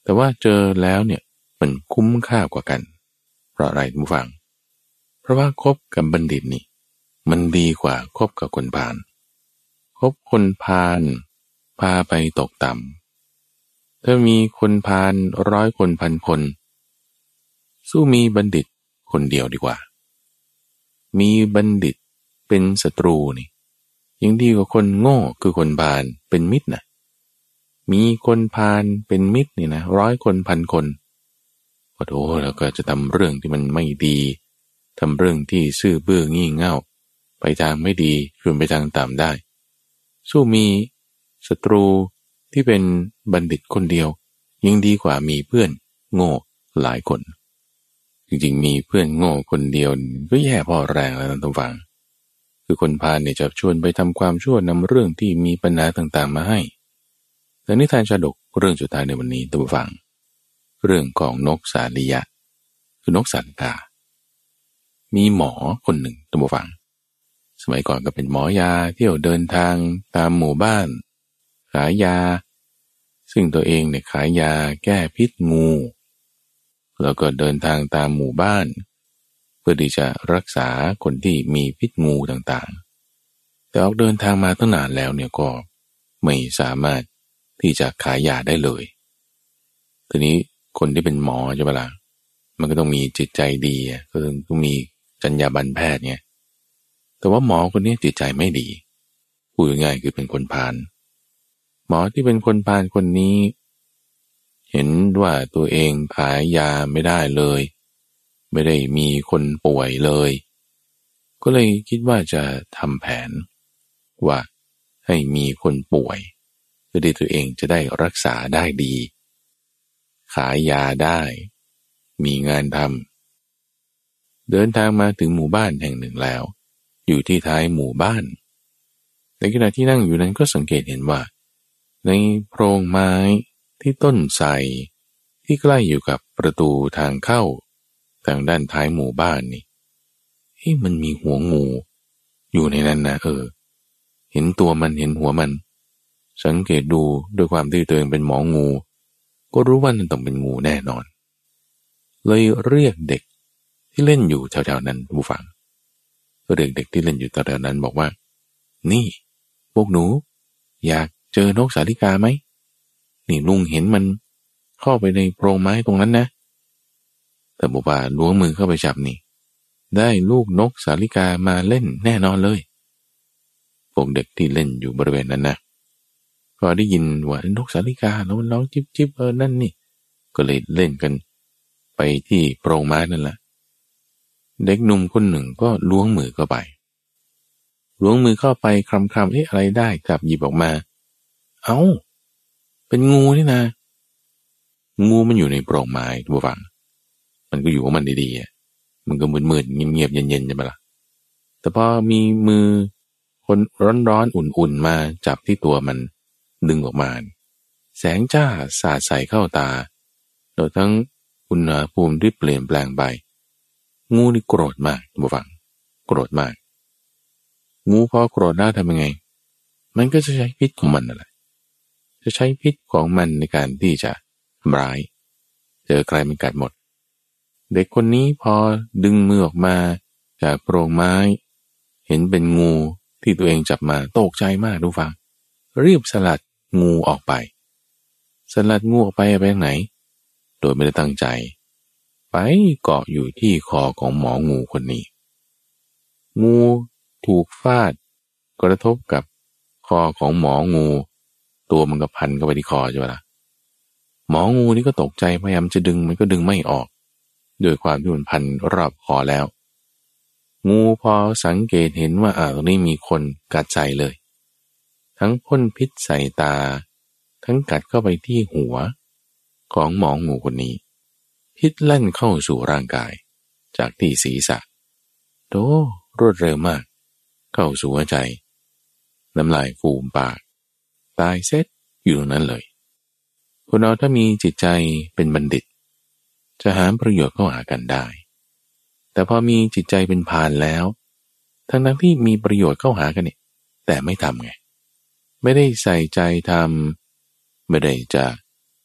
แต่ว่าเจอแล้วเนี่ยมันคุ้มค่ากว่ากันเพราะอะไรทุกฝังเพราะว่าคบกับบัณฑิตนี่มันดีกว่าคบกับคนพาลคบคนพาลพาไปตกต่ำถ้ามีคนพาลร้อยคนพันคนสู้มีบัณฑิตคนเดียวดีกว่ามีบัณฑิตเป็นศัตรูนี่ยังดีกว่าคนโง่คือคนพาลเป็นมิตรนะมีคนพาลเป็นมิตรนี่นะร้อยคนพันคนโอ้โหแล้วก็จะทำเรื่องที่มันไม่ดีทำเรื่องที่ซื่อเบื้องี่เง่าไปทางไม่ดีชวนไปทางต่ำได้สู้มีศัตรูที่เป็นบัณฑิตคนเดียวยังดีกว่ามีเพื่อนโง่หลายคนจริงๆมีเพื่อนโง่คนเดียวก็แย่พอแรงแล้วนะท่านฟังคือคนพาลเนี่ยจะชวนไปทำความชั่วนำเรื่องที่มีปัญหาต่างๆมาให้แต่นิทานชาดกเรื่องสุดท้ายในวันนี้ท่านฟังเรื่องของนกสาลิยะคือนกสาลิกามีหมอคนหนึ่งท่านฟังสมัยก่อนก็เป็นหมอยาเที่ยวเดินทางตามหมู่บ้านขายยาซึ่งตัวเองเนี่ยขายยาแก้พิษงูแล้วก็เดินทางตามหมู่บ้านเพื่อที่จะรักษาคนที่มีพิษงูต่างๆแต่ออกเดินทางมาตั้งนานแล้วเนี่ยก็ไม่สามารถที่จะขายยาได้เลยทีนี้คนที่เป็นหมอใช่ปะล่ะมันก็ต้องมีจิตใจดีก็ต้องมีจรรยาบรรณแพทย์ไงแต่ว่าหมอคนนี้จิตใจไม่ดีพูดง่ายๆคือเป็นคนพาลหมอที่เป็นคนพาลคนนี้เห็นว่าตัวเองขายยาไม่ได้เลยไม่ได้มีคนป่วยเลยก็เลยคิดว่าจะทำแผนว่าให้มีคนป่วยเพื่อที่ตัวเองจะได้รักษาได้ดีขายยาได้มีงานทำเดินทางมาถึงหมู่บ้านแห่งหนึ่งแล้วอยู่ที่ท้ายหมู่บ้านในขณะที่นั่งอยู่นั้นก็สังเกตเห็นว่าในโพรงไม้ที่ต้นไทรที่ใกล้อยู่กับประตูทางเข้าทางด้านท้ายหมู่บ้านนี่เฮ้ยมันมีหัวงูอยู่ในนั้นนะเออเห็นตัวมันเห็นหัวมันสังเกตดูด้วยความที่ตัวเองเป็นหมองูก็รู้ว่ามันต้องเป็นงูแน่นอนเลยเรียกเด็กที่เล่นอยู่แถวๆนั้นผู้ฟังเรียกเด็กที่เล่นอยู่แถวๆนั้นบอกว่านี่พวกหนูอยากเจอนกสาลิกาไหมนี่ลุงเห็นมันเข้าไปในโพรงไม้ตรงนั้นนะแต่บอกว่าล้วงมือเข้าไปจับนี่ได้ลูกนกสาลิกามาเล่นแน่นอนเลยพวกเด็กที่เล่นอยู่บริเวณนั้นนะพอได้ยินว่านกสาลิกาแล้วมันร้องจิ๊บจิ๊บเออนั่นนี่ก็เลยเล่นกันไปที่โพรงไม้นั่นแหละเด็กหนุ่มคนหนึ่งก็ล้วงมือเข้าไปล้วงมือเข้าไปคลำคลำเอ๊ะอะไรได้กลับหยิบออกมาเอ้าเป็นงูนี่นะงูมันอยู่ในโพรงไม้ทุกฝั่งมันก็อยู่ของมันดีๆมันก็มืดๆเงียบๆเย็นๆใช่ไหมล่ะแต่พอมีมือคนร้อนๆอุ่นๆมาจับที่ตัวมันดึงออกมาแสงจ้าสาดใส่เข้าตาโดยทั้งอุณหภูมิที่เปลี่ยนแปลงไปงูนี่โกรธมากทุกฝั่งโกรธมากงูพอโกรธแล้วทำยังไงมันก็จะใช้พิษของมันนั่นแหละจะใช้พิษของมันในการที่จะทำร้ายเจอใครมันกัดหมดเด็กคนนี้พอดึงมือออกมาจากโพรงไม้เห็นเป็นงูที่ตัวเองจับมาตกใจมากทุกฝั่งรีบสลัดงูออกไปสลัดงูออกไปไปไหนโดยไม่ได้ตั้งใจไปเกาะอยู่ที่คอของหมองูคนนี้งูถูกฟาดกระทบกับคอของหมองูตัวมันก็พันเข้าไปที่คอใช่ไหมล่ะหมองูนี่ก็ตกใจพยายามจะดึงมันก็ดึงไม่ออกด้วยความที่มันพันรอบคอแล้วงูพอสังเกตเห็นว่าอ่าตรงนี้มีคนกัดใส่เลยทั้งพ่นพิษใส่ตาทั้งกัดเข้าไปที่หัวของหมองูคนนี้พิษลั่นเข้าสู่ร่างกายจากที่ศีรษะโตรวดเร็วมากเข้าสู่หัวใจน้ำลายฟูมปากตายเสร็จอยู่ตรงนั้นเลยคนเราถ้ามีจิตใจเป็นบัณฑิตจะหาประโยชน์เข้าหากันได้แต่พอมีจิตใจเป็นพาลแล้วทั้งทั้งที่มีประโยชน์เข้าหากันเนี่ยแต่ไม่ทำไงไม่ได้ใส่ใจทำไม่ได้จะ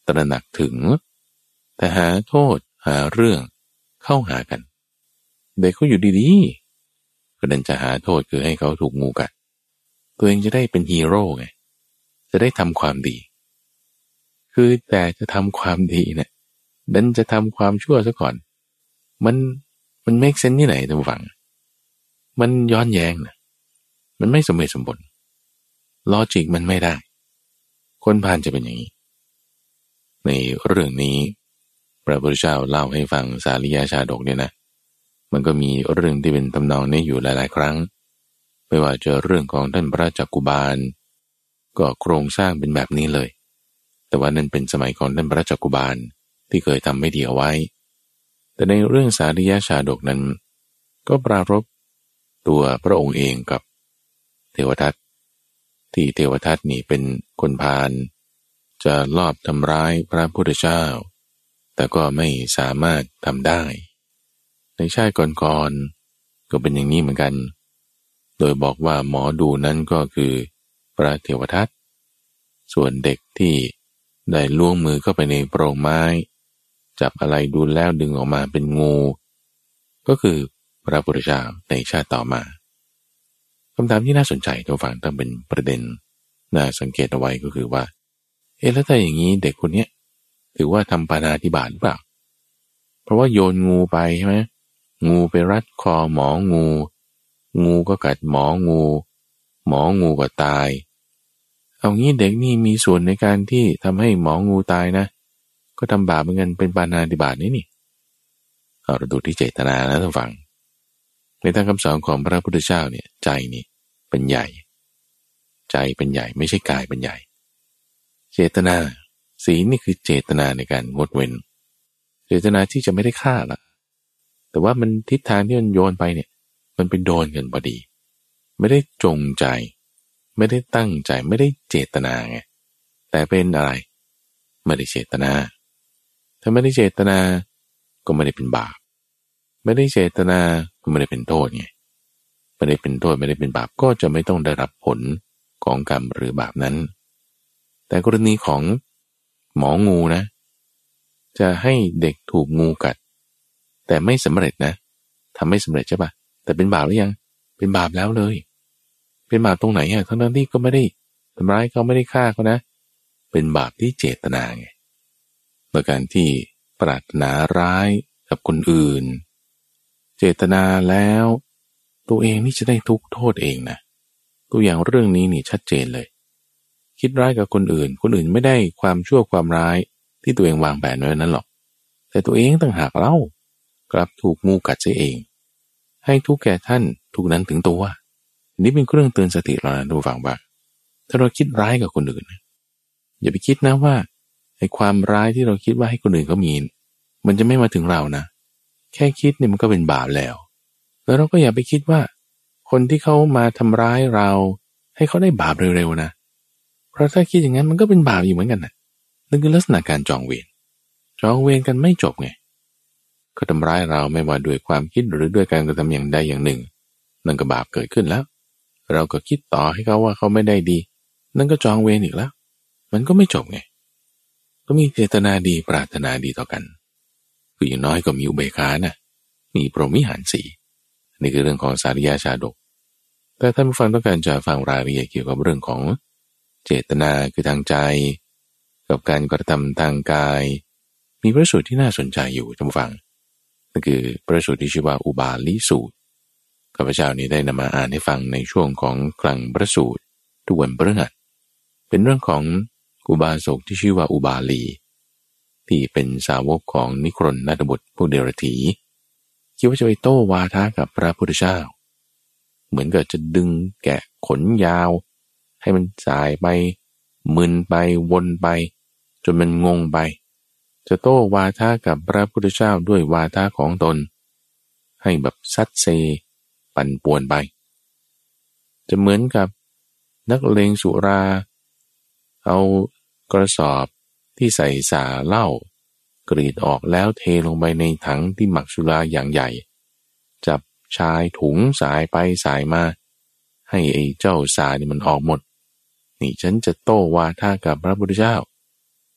ตระหนักถึงแต่หาโทษหาเรื่องเข้าหากันเด็กเขาอยู่ดีๆก็ดันจะหาโทษคือให้เขาถูกงูกัดตัวเองจะได้เป็นฮีโร่ไงจะได้ทำความดีคือแต่จะทำความดีเนี่ยดันจะทำความชั่วซะก่อนมันมันเมคเซนส์ที่ไหนท่านผู้ฟังมันย้อนแย้งนะมันไม่สมเหตุสมผลลอจิกมันไม่ได้คนพาลจะเป็นอย่างนี้ในเรื่องนี้พระพุทธเจ้าเล่าให้ฟังสาลียชาดกเนี่ยนะมันก็มีเรื่องที่เป็นทำนองนี้อยู่หลายๆครั้งไม่ว่าจะเรื่องของท่านพระจักกุบาลก็โครงสร้างเป็นแบบนี้เลยแต่ว่านั่นเป็นสมัยของท่านพระจักกุบาลที่เคยทำไม่ดีเอาไว้แต่ในเรื่องสาลียชาดกนั้นก็ปรารภตัวพระองค์เองกับเทวทัตที่เทวทัตนี่เป็นคนพาลจะลอบทำร้ายพระพุทธเจ้าแต่ก็ไม่สามารถทำได้ในชาติก่อนๆก็เป็นอย่างนี้เหมือนกันโดยบอกว่าหมอดูนั้นก็คือพระเทวทัตส่วนเด็กที่ได้ล่วงมือเข้าไปในโพรงไม้จับอะไรดูแล้วดึงออกมาเป็นงูก็คือพระพุทธเจ้าในชาติต่อมาคำถามที่น่าสนใจท่านฟังต้องเป็นประเด็นน่าสังเกตเอาไว้ก็คือว่าเอ๊ะแล้วถ้าอย่างนี้เด็กคนนี้ถือว่าทำปาณาติบาตหรือเปล่าเพราะว่าโยนงูไปใช่ไหมงูไปรัดคอหมองูงูก็กัดหมองูหมองูก็ตายเอางี้เด็กนี่มีส่วนในการที่ทำให้หมองูตายนะก็ทำบาปเหมือนกันเป็นปาณาติบาตนี่นี่เอาเราดูที่เจตนานะท่านฟังในทางคำสอนของพระพุทธเจ้าเนี่ยใจนี่เป็นใหญ่ใจเป็นใหญ่ไม่ใช่กายเป็นใหญ่เจตนาศีลนี่คือเจตนาในการงดเว้นเจตนาที่จะไม่ได้ฆ่าละแต่ว่ามันทิศทางที่มันโยนไปเนี่ยมันเป็นโดนกันพอดีไม่ได้จงใจไม่ได้ตั้งใจไม่ได้เจตนาไงแต่เป็นอะไรไม่ได้เจตนาถ้าไม่ได้เจตนาก็ไม่ได้เป็นบาปไม่ได้เจตนาก็ไม่ได้เป็นโทษไงไม่ได้เป็นโทษไม่ได้เป็นบาปก็จะไม่ต้องได้รับผลของกรรมหรือบาปนั้นแต่กรณีของหมองูนะจะให้เด็กถูกงูกัดแต่ไม่สำเร็จนะทำไม่สำเร็จใช่ปะแต่เป็นบาปหรือยังเป็นบาปแล้วเลยเป็นบาปตรงไหนอ่ะทั้งนั้นที่ก็ไม่ได้ทำร้ายเขาไม่ได้ฆ่าเขานะเป็นบาปที่เจตนาไงโดยการที่ปรารถนาร้ายกับคนอื่นเจตนาแล้วตัวเองนี่จะได้ทุกโทษเองนะตัวอย่างเรื่องนี้นี่ชัดเจนเลยคิดร้ายกับคนอื่นคนอื่นไม่ได้ความชั่วความร้ายที่ตัวเองวางแผนไว้นั้นหรอกแต่ตัวเองต่างหากเล่ากลับถูกงูกัดเสียเองให้ทุกแก่ท่านทุกนั้นถึงตัวนี่เป็นเครื่องเตือนสติเรานะดูฟังว่าถ้าเราคิดร้ายกับคนอื่นอย่าไปคิดนะว่าไอ้ความร้ายที่เราคิดว่าให้คนอื่นเขามีมันจะไม่มาถึงเรานะแค่คิดเนี่ยมันก็เป็นบาปแล้วแล้วเราก็อย่าไปคิดว่าคนที่เขามาทำร้ายเราให้เขาได้บาปเร็วๆนะเพราะถ้าคิดอย่างนั้นมันก็เป็นบาปอยู่เหมือนกันนะนั่นคือลักษณะการจองเวรจองเวรกันไม่จบไงเขาทำร้ายเราไม่ว่าด้วยความคิดหรือด้วยการกระทำอย่างใดอย่างหนึ่งนั่นก็บาปเกิดขึ้นแล้วเราก็คิดต่อให้เขาว่าเขาไม่ได้ดีนั่นก็จองเวรอีกแล้วมันก็ไม่จบไงก็มีเจตนาดีปรารถนาดีต่อกันคืออย่างน้อยก็มีอุเบกขานะมีพรหมิหารสี่นี่คือเรื่องของสาริยชาดกแต่ท่านผู้ฟังต้องการจะฟังรายละเอียดเกี่ยวกับเรื่องของเจตนาคือทางใจกับการกระทำทางกายมีพระสูตรที่น่าสนใจอยู่ท่านผู้ฟังนั่นคือพระสูตรที่ชื่อว่าอุบาลีสูตรข้าพเจ้านี้ได้นำมาอ่านให้ฟังในช่วงของคลังพระสูตรทุกวันพฤหัสเป็นเรื่องของอุบาสกที่ชื่อว่าอุบาลีที่เป็นสาวกของนิครนนาถบุตรพวกเดรัจฉีคิดว่าจะไปโต้วาทะกับพระพุทธเจ้าเหมือนกับจะดึงแกะขนยาวให้มันสายไปมึนไปวนไปจนมันงงไปจะโต้วาทะกับพระพุทธเจ้าด้วยวาทะของตนให้แบบซัดเซปั่นป่วนไปจะเหมือนกับนักเลงสุราเอากระสอบที่ใส่สาเหล้ากรีดออกแล้วเทลงไปในถังที่หมักสุราอย่างใหญ่จับชายถุงสายไปสายมาให้ไอ้เจ้าสานี่มันออกหมดนี่ฉันจะโต้วาทะกับพระพุทธเจ้า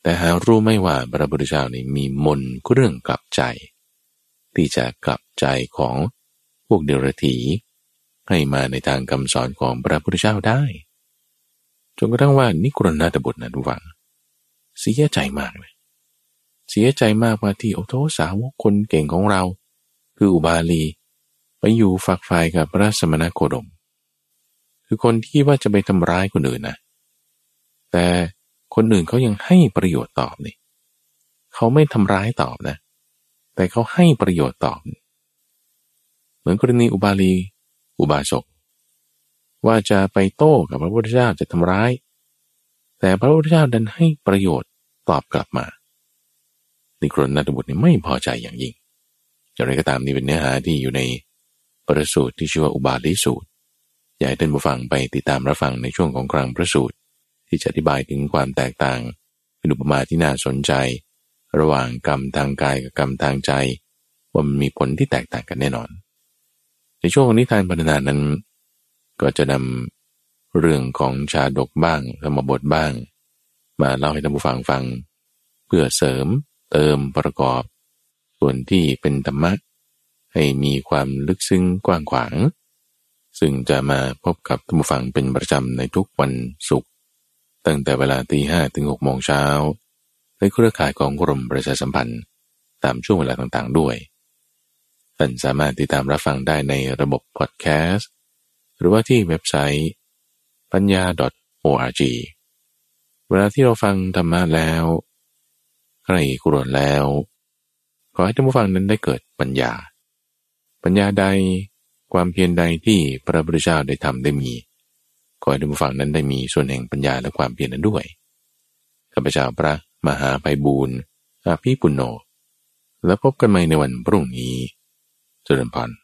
แต่หารู้ไม่ว่าพระพุทธเจ้านี่มีมนต์เครื่องกลับใจที่จะกลับใจของพวกเดรัจฉีให้มาในทางคำสอนของพระพุทธเจ้าได้จนกระทั่งว่านิกรณาถบุตรนะทุกฝังเสียใจมากเลยเสียใจมากว่าที่โอ้โธสาวกคนเก่งของเราคืออุบาลีไปอยู่ฝักฝ่ายกับพระสมณโคดมคือคนที่ว่าจะไปทำร้ายคนอื่นนะแต่คนอื่นเขายังให้ประโยชน์ตอบนี่เขาไม่ทำร้ายตอบนะแต่เขาให้ประโยชน์ตอบเหมือนกรณีอุบาลีอุบาสกว่าจะไปโต้กับพระพุทธเจ้าจะทำร้ายแต่พระพุทธเจ้าดันให้ประโยชน์ตอบกลับมานิกรณาถบุตรนี่ไม่พอใจอย่างยิ่งอย่างไรก็ตามนี่เป็นเนื้อหาที่อยู่ในปรสูตรที่ชื่อว่าอุบาลีสูตรอยากให้ท่านผู้ฟังไปติดตามรับฟังในช่วงของกลางพระสูตรที่จะอธิบายถึงความแตกต่างเป็นอุปมาที่น่าสนใจระหว่างกรรมทางกายกับกรรมทางใจว่ามันมีผลที่แตกต่างกันแน่นอนในช่วงของนิทานพรรณนานั้นก็จะนำเรื่องของชาดกบ้างธรรมบทบ้างมาเล่าให้ท่านผู้ฟังฟังเพื่อเสริมเติมประกอบส่วนที่เป็นธรรมะให้มีความลึกซึ้งกว้างขวางซึ่งจะมาพบกับท่านผู้ฟังเป็นประจำในทุกวันศุกร์ตั้งแต่เวลาตีห้าถึงหกโมงเช้าในเครือข่ายของกรมประชาสัมพันธ์ตามช่วงเวลาต่างๆด้วยท่านสามารถติดตามรับฟังได้ในระบบพอดแคสต์หรือว่าที่เว็บไซต์ปัญญา .org เวลาที่เราฟังธรรมะแล้วใครกรวดแล้วขอให้ท่านผู้ฟังนั้นได้เกิดปัญญาปัญญาใดความเพียรใดที่พระพุทธเจ้าได้ทำได้มีขอให้ท่านผู้ฟังนั้นได้มีส่วนแห่งปัญญาและความเพียรนั้นด้วยข้าพเจ้าพระมหาไพบูลย์อาภีปุณโญแล้วพบกันใหม่ในวันพรุ่งนี้เจริญพร